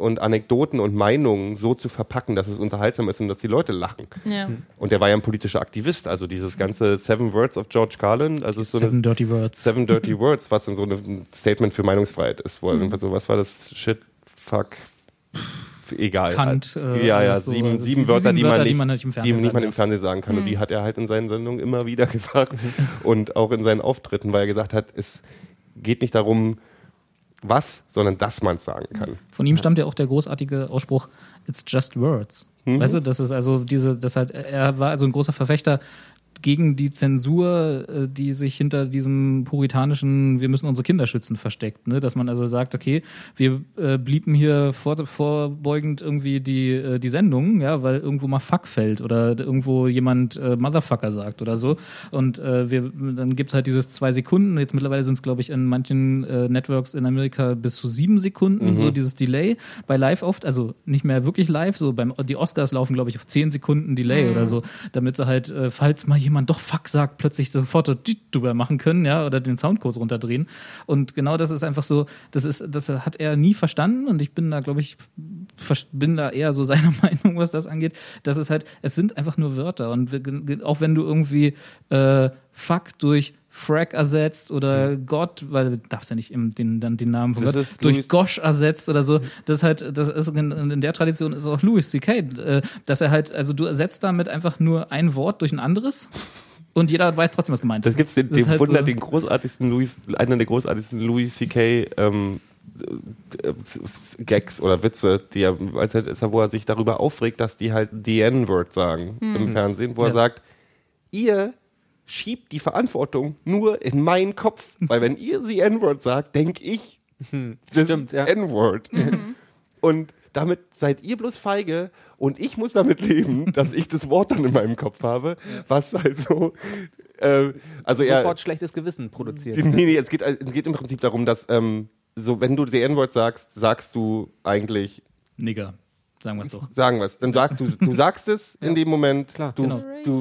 und Anekdoten und Meinungen so zu verpacken, dass es unterhaltsam ist und dass die Leute lachen. Ja. Und der war ja ein politischer Aktivist, also dieses ganze Seven Words of George Carlin, also so Seven Dirty Words, was in so ein Statement für Meinungsfreiheit ist, wo irgendwas so, was war das? Shit, fuck, egal. Kant, so, sieben Wörter, die man nicht im Fernsehen sagen kann. Und die hat er halt in seinen Sendungen immer wieder gesagt und auch in seinen Auftritten, weil er gesagt hat, es geht nicht darum, was, sondern dass man es sagen kann. Von ihm stammt ja auch der großartige Ausspruch, it's just words. Weißt du, das ist also er war also ein großer Verfechter gegen die Zensur, die sich hinter diesem puritanischen, wir müssen unsere Kinder schützen, versteckt. Ne? Dass man also sagt, okay, wir blieben hier vorbeugend irgendwie die Sendung, ja, weil irgendwo mal Fuck fällt oder irgendwo jemand Motherfucker sagt oder so. Und dann gibt es halt dieses 2 Sekunden. Jetzt mittlerweile sind es, glaube ich, in manchen Networks in Amerika bis zu 7 Sekunden, so dieses Delay. Bei Live oft, also nicht mehr wirklich live, so die Oscars laufen, glaube ich, auf 10 Sekunden Delay oder so, damit sie halt, falls mal jemand doch Fuck sagt, plötzlich sofort drüber machen können, ja, oder den Soundkurs runterdrehen. Und genau das ist einfach so, das hat er nie verstanden und ich bin da, glaube ich, eher so seiner Meinung, was das angeht. Das ist halt, es sind einfach nur Wörter und auch wenn du irgendwie Fuck durch Frack ersetzt oder Gott, weil du darfst ja nicht den Namen von Gott, durch Gosh ersetzt oder so. Das ist in der Tradition ist auch Louis C.K., dass er halt, also du ersetzt damit einfach nur ein Wort durch ein anderes und jeder weiß trotzdem, was gemeint ist. Das gibt's einer der großartigsten Louis C.K. Gags oder Witze, die er, wo er sich darüber aufregt, dass die halt the N-Word sagen im Fernsehen, wo er sagt, ihr schiebt die Verantwortung nur in meinen Kopf. Weil wenn ihr the N-Word sagt, denke ich das N-Word. Und damit seid ihr bloß feige und ich muss damit leben, dass ich das Wort dann in meinem Kopf habe, was halt so sofort schlechtes Gewissen produziert. Nee, es geht im Prinzip darum, dass so wenn du the N-Word sagst du eigentlich Nigger. Sagen wir es doch. Sagen wir es. Dann du sagst es in dem Moment. Klar, du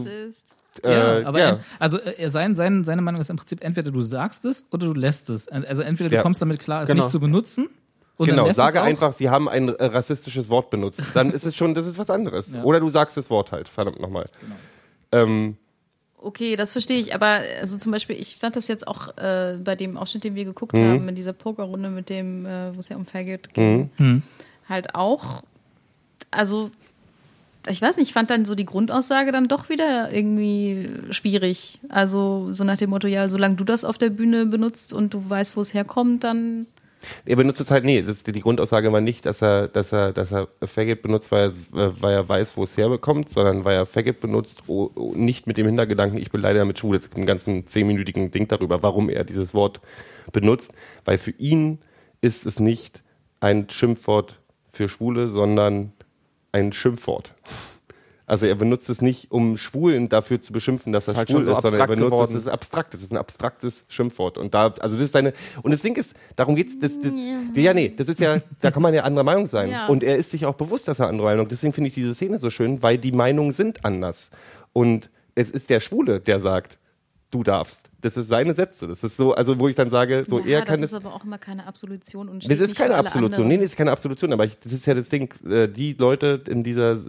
seine Meinung ist im Prinzip, entweder du sagst es oder du lässt es. Also entweder du kommst damit klar, es nicht zu benutzen. Und sage einfach, sie haben ein rassistisches Wort benutzt. Dann ist es schon, das ist was anderes. Ja. Oder du sagst das Wort halt, verdammt nochmal. Genau. Okay, das verstehe ich, aber also zum Beispiel, ich fand das jetzt auch bei dem Ausschnitt, den wir geguckt haben, in dieser Pokerrunde mit dem, wo es ja um Faggot ging, halt auch, also ich weiß nicht, ich fand dann so die Grundaussage dann doch wieder irgendwie schwierig. Also so nach dem Motto, ja, solange du das auf der Bühne benutzt und du weißt, wo es herkommt, dann... Er benutzt es halt, die Grundaussage war nicht, dass er Faggot benutzt, weil er weiß, wo es herkommt, sondern weil er Faggot benutzt, nicht mit dem Hintergedanken, ich beleidige damit Schwule. Es gibt einen ganzen 10-minütigen Ding darüber, warum er dieses Wort benutzt, weil für ihn ist es nicht ein Schimpfwort für Schwule, sondern ein Schimpfwort. Also er benutzt es nicht, um Schwulen dafür zu beschimpfen, dass er halt schwul so ist, sondern er benutzt es, es ist abstrakt, es ist ein abstraktes Schimpfwort. Und das ist und das Ding ist, darum geht's, das ist ja, da kann man ja anderer Meinung sein. Ja. Und er ist sich auch bewusst, dass er anderer Meinung ist. Deswegen finde ich diese Szene so schön, weil die Meinungen sind anders. Und es ist der Schwule, der sagt, du darfst. Das ist seine Sätze. Das ist so, also wo ich dann sage, so er kann das ist aber auch immer keine Absolution und das ist keine Absolution. Nee, das ist keine Absolution, aber das ist ja das Ding, die Leute in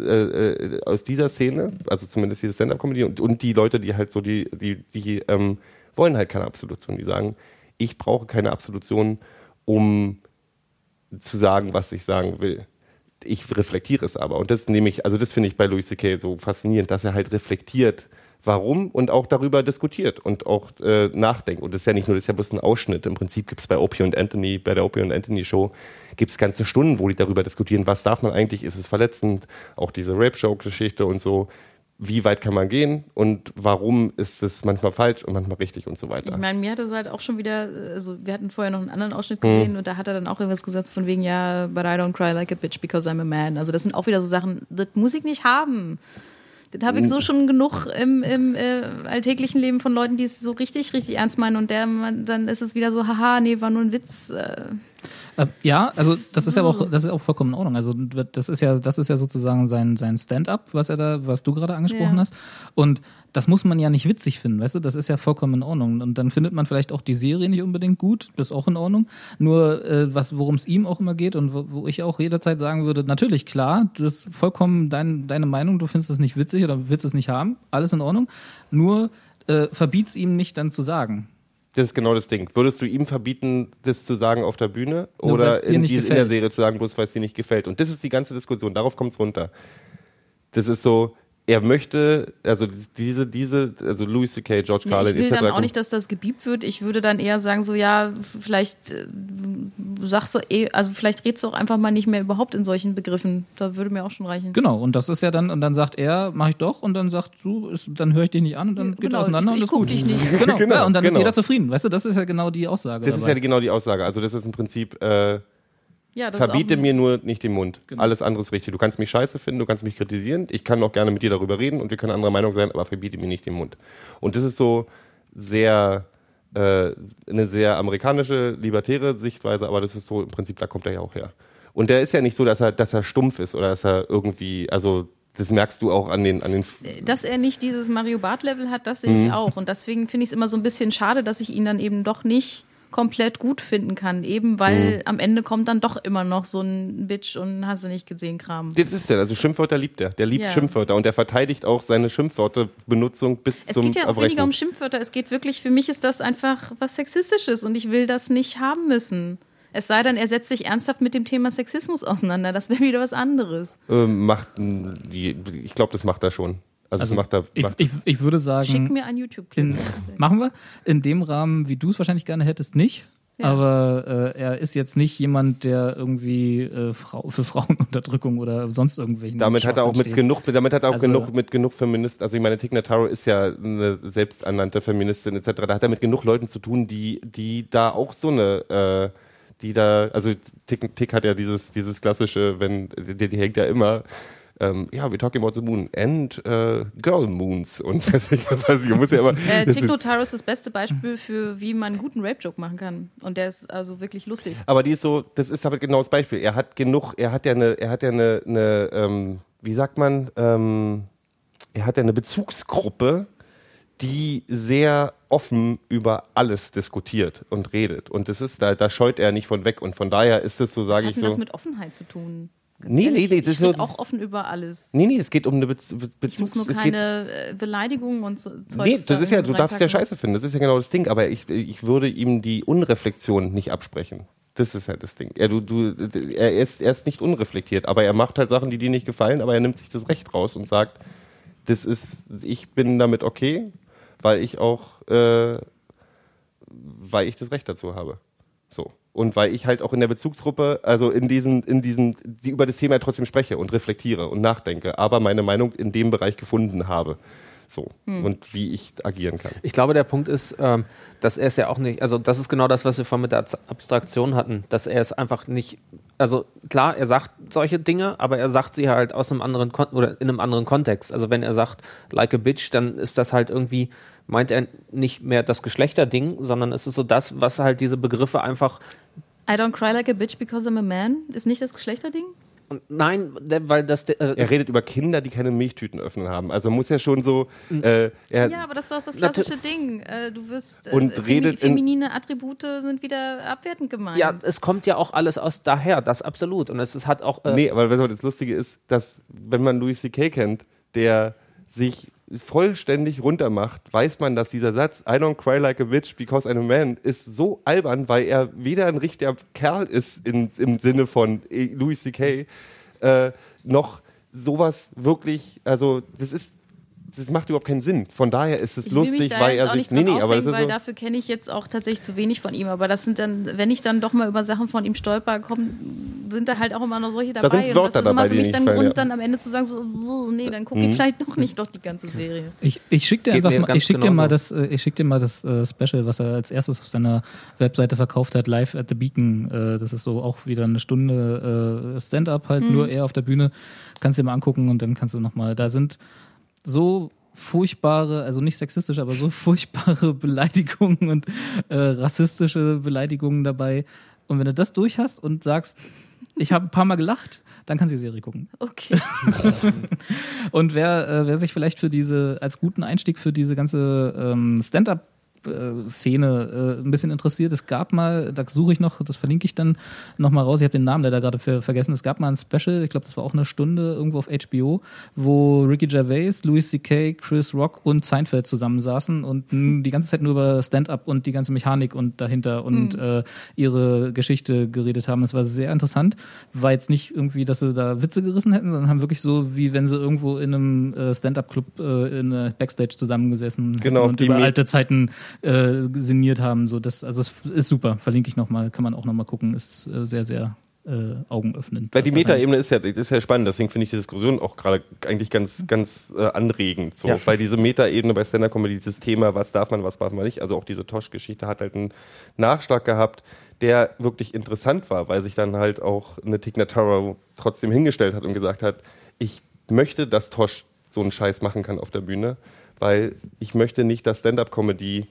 aus dieser Szene, also zumindest diese Stand-Up-Comedy und die Leute, die halt so die wollen halt keine Absolution, die sagen, ich brauche keine Absolution, um zu sagen, was ich sagen will. Ich reflektiere es aber und das finde ich bei Louis C.K. so faszinierend, dass er halt reflektiert, warum und auch darüber diskutiert und auch nachdenkt. Und das ist ja nicht nur, das ist ja bloß ein Ausschnitt. Im Prinzip gibt es bei der Opie und Anthony Show gibt es ganze Stunden, wo die darüber diskutieren, was darf man eigentlich, ist es verletzend, auch diese Rape-Show-Geschichte und so. Wie weit kann man gehen und warum ist es manchmal falsch und manchmal richtig und so weiter. Ich meine, mir hat das halt auch schon wieder, also wir hatten vorher noch einen anderen Ausschnitt gesehen und da hat er dann auch irgendwas gesagt von wegen, ja, but I don't cry like a bitch because I'm a man. Also das sind auch wieder so Sachen, das muss ich nicht haben. Das habe ich so schon genug im alltäglichen Leben von Leuten, die es so richtig, richtig ernst meinen und dann ist es wieder so, haha, nee, war nur ein Witz. Ja, also das ist auch vollkommen in Ordnung. Also das ist ja sozusagen sein Stand-up, was du gerade angesprochen hast. Und das muss man ja nicht witzig finden, weißt du? Das ist ja vollkommen in Ordnung. Und dann findet man vielleicht auch die Serie nicht unbedingt gut, das ist auch in Ordnung. Nur worum es ihm auch immer geht und wo ich auch jederzeit sagen würde, natürlich, klar, das ist vollkommen deine Meinung, du findest es nicht witzig oder willst es nicht haben, alles in Ordnung. Nur verbiet's ihm nicht dann zu sagen. Das ist genau das Ding. Würdest du ihm verbieten, das zu sagen auf der Bühne oder in der Serie zu sagen, bloß weil es dir nicht gefällt? Und das ist die ganze Diskussion, darauf kommt es runter. Das ist so, er möchte, also also Louis C.K., George Carlin, etc. Ich will dann auch nicht, dass das gebiebt wird. Ich würde dann eher sagen, so ja, vielleicht sagst du vielleicht redest du auch einfach mal nicht mehr überhaupt in solchen Begriffen. Da würde mir auch schon reichen. Genau, und das ist ja dann, und dann sagt er, mach ich doch, und dann sagt du, dann höre ich dich nicht an und dann geht er auseinander und ist gut. Dich nicht. Genau, ja, und dann ist jeder zufrieden. Weißt du, das ist ja genau die Aussage. Das ist ja genau die Aussage. Also das ist im Prinzip verbiete mir nur nicht den Mund. Genau. Alles andere ist richtig. Du kannst mich scheiße finden, du kannst mich kritisieren. Ich kann auch gerne mit dir darüber reden und wir können anderer Meinung sein, aber verbiete mir nicht den Mund. Und das ist so eine sehr amerikanische, libertäre Sichtweise, aber das ist so im Prinzip, da kommt er ja auch her. Und der ist ja nicht so, dass er stumpf ist oder dass er irgendwie, also das merkst du auch an den dass er nicht dieses Mario Barth-Level hat, das sehe ich auch. Und deswegen finde ich es immer so ein bisschen schade, dass ich ihn dann eben doch nicht komplett gut finden kann, eben weil am Ende kommt dann doch immer noch so ein Bitch und hast du nicht gesehen Kram. Das ist der, also Schimpfwörter liebt er. Der liebt Schimpfwörter und der verteidigt auch seine Schimpfwörterbenutzung bis zum Erbrechen. Es geht ja auch weniger um Schimpfwörter, es geht wirklich, für mich ist das einfach was Sexistisches und ich will das nicht haben müssen. Es sei denn, er setzt sich ernsthaft mit dem Thema Sexismus auseinander, das wäre wieder was anderes. Ich glaube, das macht er schon. Also ich würde sagen... Schick mir einen YouTube-Clip. Machen wir. In dem Rahmen, wie du es wahrscheinlich gerne hättest, nicht. Ja. Aber er ist jetzt nicht jemand, der irgendwie für Frauenunterdrückung oder sonst irgendwelchen... Damit hat er auch mit genug Feministen, also ich meine, Tig Notaro ist ja eine selbsternannte Feministin etc., da hat er mit genug Leuten zu tun, die da auch so eine... also Tig hat ja dieses klassische, die hängt ja immer... we're talking about the moon and girl moons und weiß ich was heißt. Ich muss ja immer. Tig Notaro ist das beste Beispiel für, wie man einen guten Rape-Joke machen kann. Und der ist also wirklich lustig. Aber das ist aber genau das Beispiel. Er hat eine Bezugsgruppe, die sehr offen über alles diskutiert und redet. Und das ist, da scheut er nicht von weg. Und von daher ist es so, sage ich so. Was hat denn das mit Offenheit zu tun? Nee, ich bin auch offen über alles. Nee, es geht um eine Bezugs... Ich muss nur keine Beleidigungen und so Zeugs. Nee, das ist ja, du darfst ja scheiße finden, das ist ja genau das Ding, aber ich würde ihm die Unreflexion nicht absprechen. Das ist halt das Ding. Er ist nicht unreflektiert, aber er macht halt Sachen, die dir nicht gefallen, aber er nimmt sich das Recht raus und sagt, ich bin damit okay, weil ich das Recht dazu habe. So. Und weil ich halt auch in der Bezugsgruppe, also die über das Thema trotzdem spreche und reflektiere und nachdenke, aber meine Meinung in dem Bereich gefunden habe. So. Und wie ich agieren kann. Ich glaube, der Punkt ist, dass er es ja auch nicht, also das ist genau das, was wir vorhin mit der Abstraktion hatten, dass er es einfach nicht, also klar, er sagt solche Dinge, aber er sagt sie halt aus einem anderen oder in einem anderen Kontext. Also wenn er sagt, like a bitch, dann ist das halt irgendwie, meint er nicht mehr das Geschlechterding, sondern es ist so das, was halt diese Begriffe einfach... I don't cry like a bitch because I'm a man, ist nicht das Geschlechterding? Nein, weil das... er redet über Kinder, die keine Milchtüten öffnen haben. Also muss ja schon so... ja, aber das ist doch das klassische Ding. Du wirst... feminine Attribute sind wieder abwertend gemeint. Ja, es kommt ja auch alles aus daher, das absolut. Und es hat auch... nee, aber das Lustige ist, dass, wenn man Louis C.K. kennt, der sich vollständig runtermacht, weiß man, dass dieser Satz I don't cry like a bitch because I'm a man ist so albern, weil er weder ein richtiger Kerl ist im Sinne von Louis C.K. Noch sowas wirklich, also das macht überhaupt keinen Sinn. Von daher ist es lustig, weil er sich... aber das ist weil dafür kenne ich jetzt auch tatsächlich zu wenig von ihm. Aber das sind dann, wenn ich dann doch mal über Sachen von ihm stolper, sind da halt auch immer noch solche dabei. Da sind Wörter und das ist immer dabei, für mich dann ein Grund, dann am Ende zu sagen, so, nee, dann gucke ich vielleicht doch nicht die ganze Serie. Ich schicke dir einfach mal, ich schick dir mal das Special, was er als erstes auf seiner Webseite verkauft hat, Live at the Beacon. Das ist so auch wieder eine Stunde Stand-up halt, nur er auf der Bühne. Kannst du dir mal angucken und dann kannst du nochmal, da sind so furchtbare, also nicht sexistisch, aber so furchtbare Beleidigungen und rassistische Beleidigungen dabei. Und wenn du das durch hast und sagst, ich habe ein paar Mal gelacht, dann kannst du die Serie gucken. Okay. Und wer sich vielleicht als guten Einstieg für diese ganze Stand-up Szene ein bisschen interessiert. Es gab mal, da suche ich noch, das verlinke ich dann nochmal raus, ich habe den Namen leider gerade vergessen, es gab mal ein Special, ich glaube, das war auch eine Stunde irgendwo auf HBO, wo Ricky Gervais, Louis C.K., Chris Rock und Seinfeld zusammensaßen und die ganze Zeit nur über Stand-up und die ganze Mechanik und dahinter und ihre Geschichte geredet haben. Es war sehr interessant. War jetzt nicht irgendwie, dass sie da Witze gerissen hätten, sondern haben wirklich so, wie wenn sie irgendwo in einem Stand-up-Club in Backstage zusammengesessen genau, und über alte Zeiten sinniert haben. So, also es ist super, verlinke ich nochmal, kann man auch nochmal gucken, ist sehr, sehr augenöffnend. Weil die Metaebene ist ja spannend, deswegen finde ich die Diskussion auch gerade eigentlich ganz, ganz anregend. So. Ja. Weil diese Metaebene bei Stand-Up-Comedy, dieses Thema, was darf man nicht, also auch diese Tosh-Geschichte hat halt einen Nachschlag gehabt, der wirklich interessant war, weil sich dann halt auch eine Tig Notaro trotzdem hingestellt hat und gesagt hat, ich möchte, dass Tosh so einen Scheiß machen kann auf der Bühne, weil ich möchte nicht, dass Stand-Up-Comedy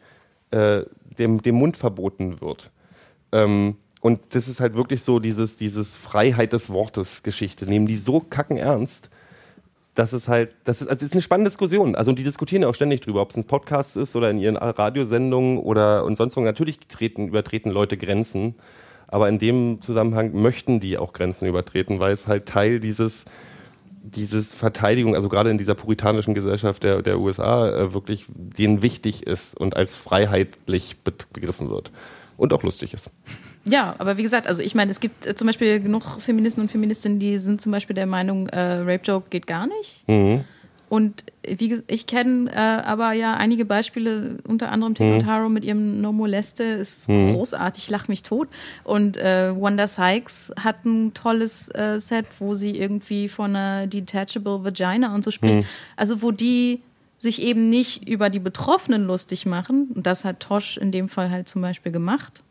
dem Mund verboten wird. Und das ist halt wirklich so dieses Freiheit des Wortes Geschichte. Nehmen die so kacken ernst, dass es halt, das ist eine spannende Diskussion. Also die diskutieren ja auch ständig drüber, ob es ein Podcast ist oder in ihren Radiosendungen und sonst was. Natürlich übertreten Leute Grenzen, aber in dem Zusammenhang möchten die auch Grenzen übertreten, weil es halt Teil dieses Verteidigung, also gerade in dieser puritanischen Gesellschaft der USA, wirklich denen wichtig ist und als freiheitlich begriffen wird. Und auch lustig ist. Ja, aber wie gesagt, also ich meine, es gibt zum Beispiel genug Feministen und Feministinnen, die sind zum Beispiel der Meinung, Rape-Joke geht gar nicht. Mhm. Und ich kenne aber ja einige Beispiele, unter anderem Tig Notaro mit ihrem No Moleste, ist großartig, lach mich tot. Und Wanda Sykes hat ein tolles Set, wo sie irgendwie von einer Detachable Vagina und so spricht. Also wo die sich eben nicht über die Betroffenen lustig machen, und das hat Tosh in dem Fall halt zum Beispiel gemacht,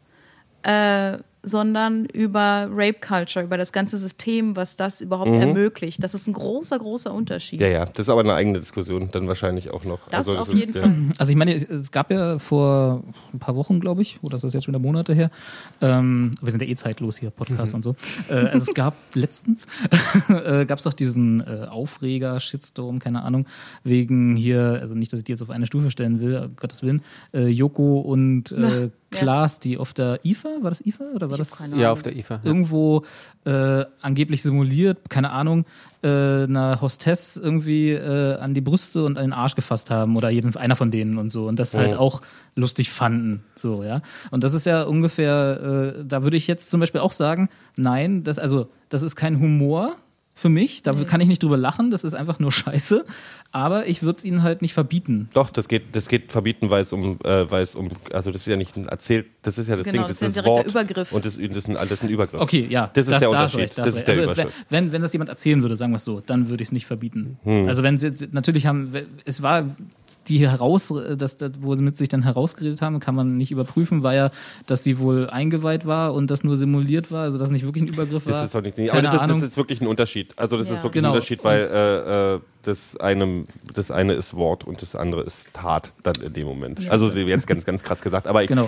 sondern über Rape Culture, über das ganze System, was das überhaupt ermöglicht. Das ist ein großer, großer Unterschied. Ja, das ist aber eine eigene Diskussion, dann wahrscheinlich auch noch. Das auf jeden Fall. Also ich meine, es gab ja vor ein paar Wochen, glaube ich, oder ist das jetzt schon wieder Monate her, wir sind ja zeitlos hier, Podcast und so, also es gab letztens, gab es doch diesen Aufreger, Shitstorm, keine Ahnung, wegen hier, also nicht, dass ich die jetzt auf eine Stufe stellen will, Gottes Willen, Joko und Klaas, die auf der IFA, war das IFA oder war das? Ja, auf der IFA. Ja. Irgendwo angeblich simuliert, keine Ahnung, einer Hostess irgendwie an die Brüste und an den Arsch gefasst haben oder einer von denen und so und das halt auch lustig fanden, so, ja. Und das ist ja ungefähr, da würde ich jetzt zum Beispiel auch sagen, nein, das ist kein Humor für mich, da kann ich nicht drüber lachen, das ist einfach nur Scheiße, aber ich würde es ihnen halt nicht verbieten. Doch, das geht verbieten, weil es um, also das ist ja nicht ein erzählt, das ist ja das Ding, das ist ein direkter Übergriff. Und das ist ein Übergriff. Okay, ja. Das ist der Unterschied. Das ist der Unterschied. Wenn das jemand erzählen würde, sagen wir es so, dann würde ich es nicht verbieten. Also wenn sie, natürlich es war die womit sie sich dann herausgeredet haben, kann man nicht überprüfen, war ja, dass sie wohl eingeweiht war und das nur simuliert war, also dass nicht wirklich ein Übergriff war. Das ist doch nicht, aber das ist wirklich ein Unterschied. Also das ist wirklich ein Unterschied, weil das eine ist Wort und das andere ist Tat dann in dem Moment. Ja. Also jetzt ganz, ganz krass gesagt. Aber ich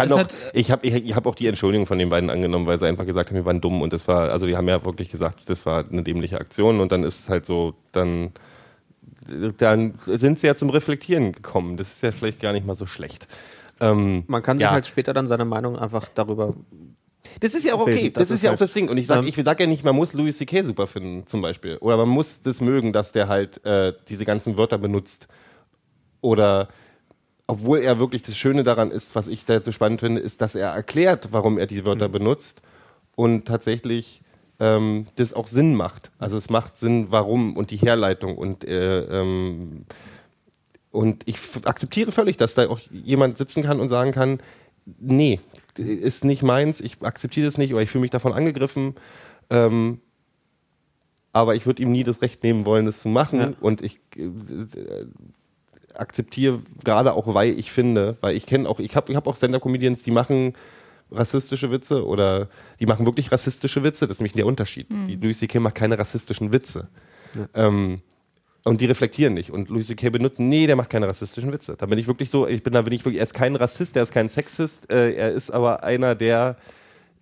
habe auch die Entschuldigung von den beiden angenommen, weil sie einfach gesagt haben, wir waren dumm und das war, also die haben ja wirklich gesagt, das war eine dämliche Aktion und dann ist es halt so, dann sind sie ja zum Reflektieren gekommen. Das ist ja vielleicht gar nicht mal so schlecht. Man kann sich halt später dann seine Meinung einfach darüber. Das ist ja auch okay, das ist ja auch das Ding. Und ich sage ja nicht, man muss Louis C.K. super finden, zum Beispiel. Oder man muss das mögen, dass der halt diese ganzen Wörter benutzt. Oder, obwohl er wirklich das Schöne daran ist, was ich da so spannend finde, ist, dass er erklärt, warum er die Wörter benutzt. Und tatsächlich das auch Sinn macht. Also es macht Sinn, warum und die Herleitung. Und ich akzeptiere völlig, dass da auch jemand sitzen kann und sagen kann, nee, ist nicht meins, ich akzeptiere das nicht oder ich fühle mich davon angegriffen, aber ich würde ihm nie das Recht nehmen wollen, das zu machen und ich akzeptiere gerade auch, weil ich habe auch Stand-Up-Comedians, die machen rassistische Witze oder die machen wirklich rassistische Witze, das ist nämlich der Unterschied. Die Louis C.K. macht keine rassistischen Witze. Ja. Und die reflektieren nicht. Und Louis C.K. der macht keine rassistischen Witze. Da bin ich wirklich so, er ist kein Rassist, er ist kein Sexist, er ist aber einer, der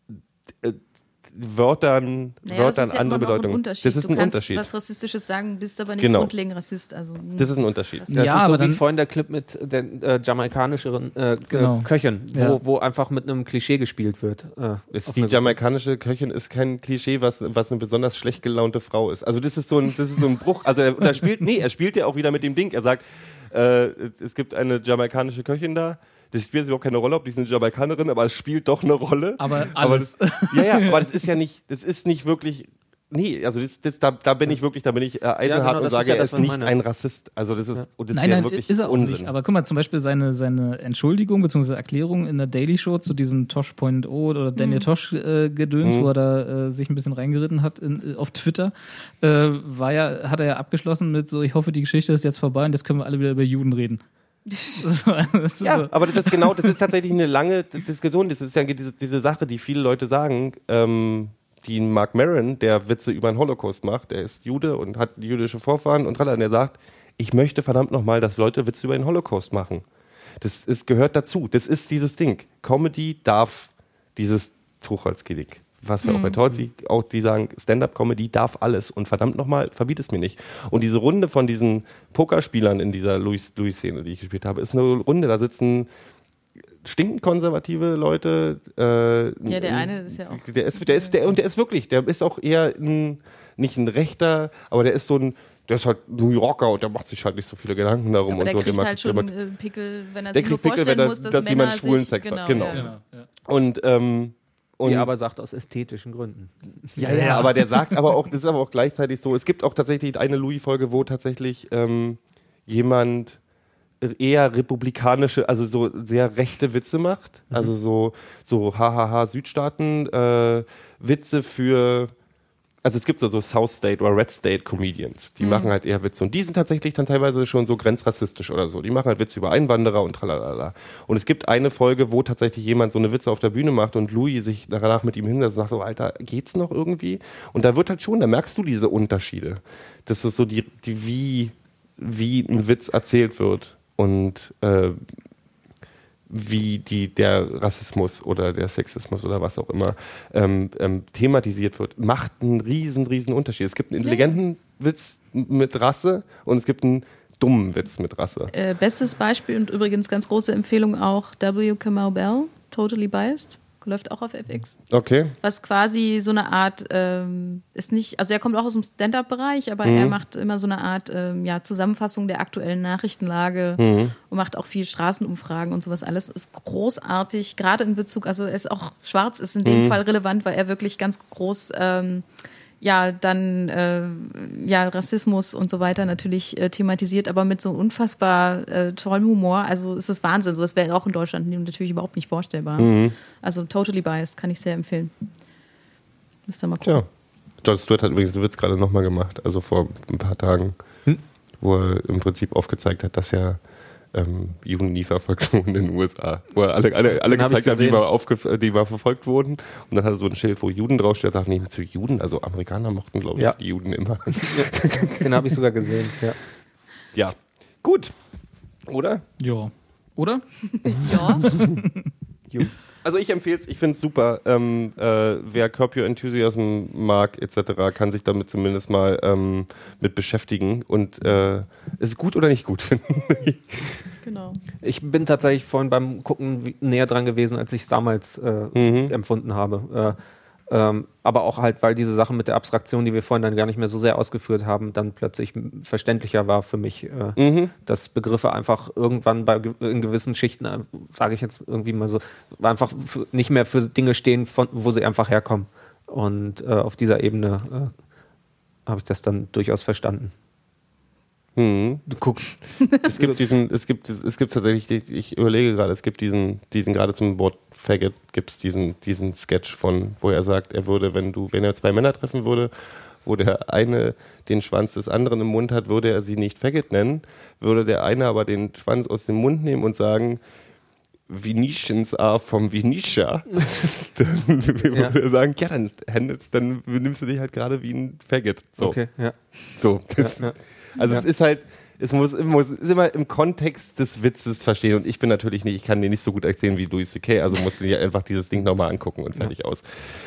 Wörtern andere Bedeutungen. Das ist ein Unterschied. Du kannst was Rassistisches sagen, bist aber nicht grundlegend Rassist. Also, das ist ein Unterschied. Das ist aber so wie vorhin der Clip mit der jamaikanischeren Köchin, wo einfach mit einem Klischee gespielt wird. Die jamaikanische Köchin ist kein Klischee, was eine besonders schlecht gelaunte Frau ist. Also das ist so ein Bruch. Also er spielt ja auch wieder mit dem Ding. Er sagt, es gibt eine jamaikanische Köchin da. Das spielt überhaupt keine Rolle, ob die ist eine Jamaikanerin, aber es spielt doch eine Rolle. Aber alles. Aber das ist nicht wirklich. Nee, also da bin ich eisenhart und sage, er ist nicht ein Rassist. Also das ist nein, wirklich ist er auch Unsinn. nicht. Aber guck mal, zum Beispiel seine Entschuldigung bzw. Erklärung in der Daily Show zu diesem Tosh.0 oder Daniel Tosh-Gedöns, wo er da sich ein bisschen reingeritten hat auf Twitter, hat er ja abgeschlossen mit so, ich hoffe, die Geschichte ist jetzt vorbei und jetzt können wir alle wieder über Juden reden. Aber das ist tatsächlich eine lange Diskussion. Das ist ja diese Sache, die viele Leute sagen, die Mark Maron, der Witze über den Holocaust macht, der ist Jude und hat jüdische Vorfahren und der sagt, ich möchte verdammt nochmal, dass Leute Witze über den Holocaust machen. Das gehört dazu. Das ist dieses Ding. Comedy darf dieses Tucholsky-Ding. Was wir auch bei Tolzi, auch die sagen, Stand-Up-Comedy darf alles und verdammt nochmal, verbiet es mir nicht. Und diese Runde von diesen Pokerspielern in dieser Louis-Szene, die ich gespielt habe, ist eine Runde, da sitzen stinkend konservative Leute. Der eine ist ja auch. Der ist auch eher nicht ein Rechter, aber der ist halt New Yorker und der macht sich halt nicht so viele Gedanken darum. Aber und der so. kriegt halt schon Pickel, wenn er sich nur vorstellen muss, dass jemand schwulen Sex hat. Genau. Und aber sagt aus ästhetischen Gründen. Ja, aber der sagt aber auch, das ist aber auch gleichzeitig so, es gibt auch tatsächlich eine Louis-Folge, wo tatsächlich jemand eher republikanische, also so sehr rechte Witze macht. Also so hahaha Südstaaten Witze für, also es gibt so South State oder Red State Comedians, die machen halt eher Witze und die sind tatsächlich dann teilweise schon so grenzrassistisch oder so. Die machen halt Witze über Einwanderer und tralalala. Und es gibt eine Folge, wo tatsächlich jemand so eine Witze auf der Bühne macht und Louis sich danach mit ihm hinsetzt und sagt so, Alter, geht's noch irgendwie? Und da wird halt schon, da merkst du diese Unterschiede. Das ist so wie ein Witz erzählt wird und wie der Rassismus oder der Sexismus oder was auch immer thematisiert wird, macht einen riesen Unterschied. Es gibt einen intelligenten Witz mit Rasse und es gibt einen dummen Witz mit Rasse. Bestes Beispiel und übrigens ganz große Empfehlung auch W. Kamau Bell, Totally Biased. Läuft auch auf FX. Okay. Was quasi so eine Art ist nicht, also er kommt auch aus dem Stand-Up-Bereich, aber er macht immer so eine Art Zusammenfassung der aktuellen Nachrichtenlage und macht auch viel Straßenumfragen und sowas alles. Ist großartig, gerade in Bezug, also er ist auch schwarz, ist in dem Fall relevant, weil er wirklich ganz groß Rassismus und so weiter natürlich thematisiert, aber mit so unfassbar tollem Humor. Also es ist Wahnsinn. So, das wäre auch in Deutschland natürlich überhaupt nicht vorstellbar. Also Totally Biased kann ich sehr empfehlen. Müsst ihr mal gucken. Ja. Jon Stewart hat übrigens den Witz gerade nochmal gemacht, also vor ein paar Tagen, wo er im Prinzip aufgezeigt hat, dass ja Juden nie verfolgt wurden in den USA. Wo er alle gezeigt hat, die mal verfolgt wurden. Und dann hat er so ein Schild, wo Juden draufsteht, sagt nicht zu Juden. Also Amerikaner mochten, glaube ich, die Juden immer. Den habe ich sogar gesehen, ja. Gut. Oder? Ja. Oder? Ja. Also ich empfehle es, ich finde es super. Wer Curb Your Enthusiasm mag etc., kann sich damit zumindest mal mit beschäftigen und ist gut oder nicht gut finden. Genau. Ich bin tatsächlich vorhin beim Gucken näher dran gewesen, als ich es damals empfunden habe. Aber auch halt, weil diese Sache mit der Abstraktion, die wir vorhin dann gar nicht mehr so sehr ausgeführt haben, dann plötzlich verständlicher war für mich, dass Begriffe einfach irgendwann in gewissen Schichten, sage ich jetzt irgendwie mal so, einfach nicht mehr für Dinge stehen, wo sie einfach herkommen. Und auf dieser Ebene habe ich das dann durchaus verstanden. Du guckst. Es gibt tatsächlich, ich überlege gerade, es gibt diesen gerade zum Wort Faggot, gibt es diesen Sketch von, wo er sagt, er würde, wenn er zwei Männer treffen würde, wo der eine den Schwanz des anderen im Mund hat, würde er sie nicht Faggot nennen, würde der eine aber den Schwanz aus dem Mund nehmen und sagen, Venetians are from Venetia. Dann würde er sagen, ja, dann nimmst du dich halt gerade wie ein Faggot. So. Okay, ja. So, also es ist halt, es muss immer im Kontext des Witzes verstehen und ich bin natürlich nicht, ich kann dir nicht so gut erzählen wie Louis C.K., also musst du dir einfach dieses Ding nochmal angucken und fertig aus.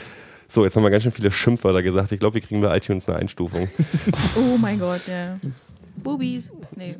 So, jetzt haben wir ganz schön viele Schimpfwörter gesagt. Ich glaube, wir kriegen bei iTunes eine Einstufung. Oh mein Gott, ja. Boobies. Nee.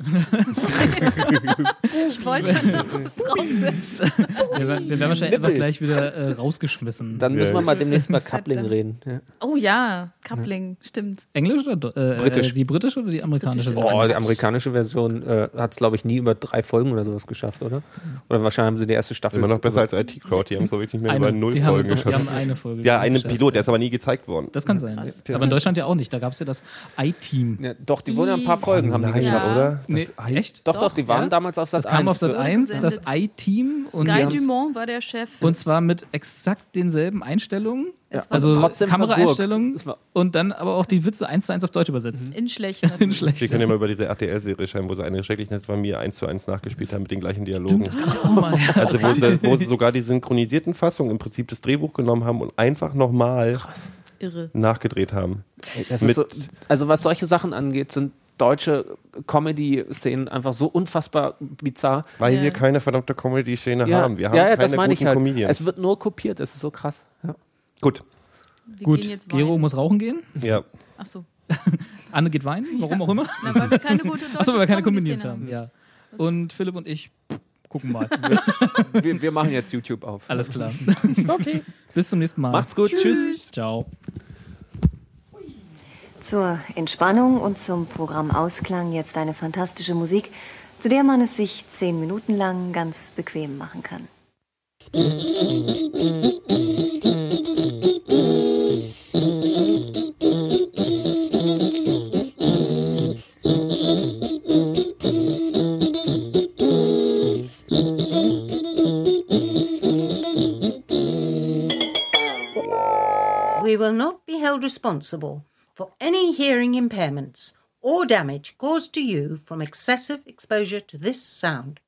Ich wollte noch was raus. Wir werden wahrscheinlich einfach gleich wieder rausgeschmissen. Dann müssen wir mal demnächst mal Coupling reden. Ja. Oh ja, Coupling, stimmt. Englisch oder britisch? Die britische oder die amerikanische Version? Oh, die amerikanische Version hat es, glaube ich, nie über 3 Folgen oder sowas geschafft, oder? Oder wahrscheinlich haben sie die erste Staffel. Immer noch besser als IT-Crowd. Die haben es wirklich nicht mehr über 0 Folgen geschafft. Die haben eine Folge. Ja, einen Pilot, der ist aber nie gezeigt worden. Das kann sein. Aber in Deutschland ja auch nicht. Da gab es ja das I-Team. Ja, doch, die wurden ja ein paar Folgen haben die geschafft, oder? Nee, echt? Doch, die waren damals auf Sat 1. Das kam auf Sat 1, das I-Team. Sky Dumont war der Chef. Und zwar mit exakt denselben Einstellungen. Ja, also trotzdem Kameraeinstellungen und dann aber auch die Witze 1:1 auf Deutsch übersetzt. In schlecht natürlich. In schlecht. Wir können ja mal über diese RTL-Serie schreiben, wo sie eine schrecklich nette Familie 1:1 nachgespielt haben mit den gleichen Dialogen. Das gab's ja auch mal. Also wo sie sogar die synchronisierten Fassungen im Prinzip das Drehbuch genommen haben und einfach nochmal nachgedreht haben. Das ist so, also was solche Sachen angeht, sind deutsche Comedy-Szenen einfach so unfassbar bizarr. Weil wir keine verdammte Comedy-Szene haben. Wir haben keine das meine guten ich halt. Comedians. Es wird nur kopiert, es ist so krass. Ja. Gut. Gut, Gero muss rauchen gehen. Ja. Ach so. Anne geht weinen, warum auch immer. Na, weil wir keine gute Achso, weil wir keine Comedians haben. Ja. Und Philipp und ich gucken mal. wir machen jetzt YouTube auf. Alles klar. Okay. Bis zum nächsten Mal. Macht's gut. Tschüss. Ciao. Zur Entspannung und zum Programmausklang jetzt eine fantastische Musik, zu der man es sich 10 Minuten lang ganz bequem machen kann. We will not be held responsible for any hearing impairments or damage caused to you from excessive exposure to this sound.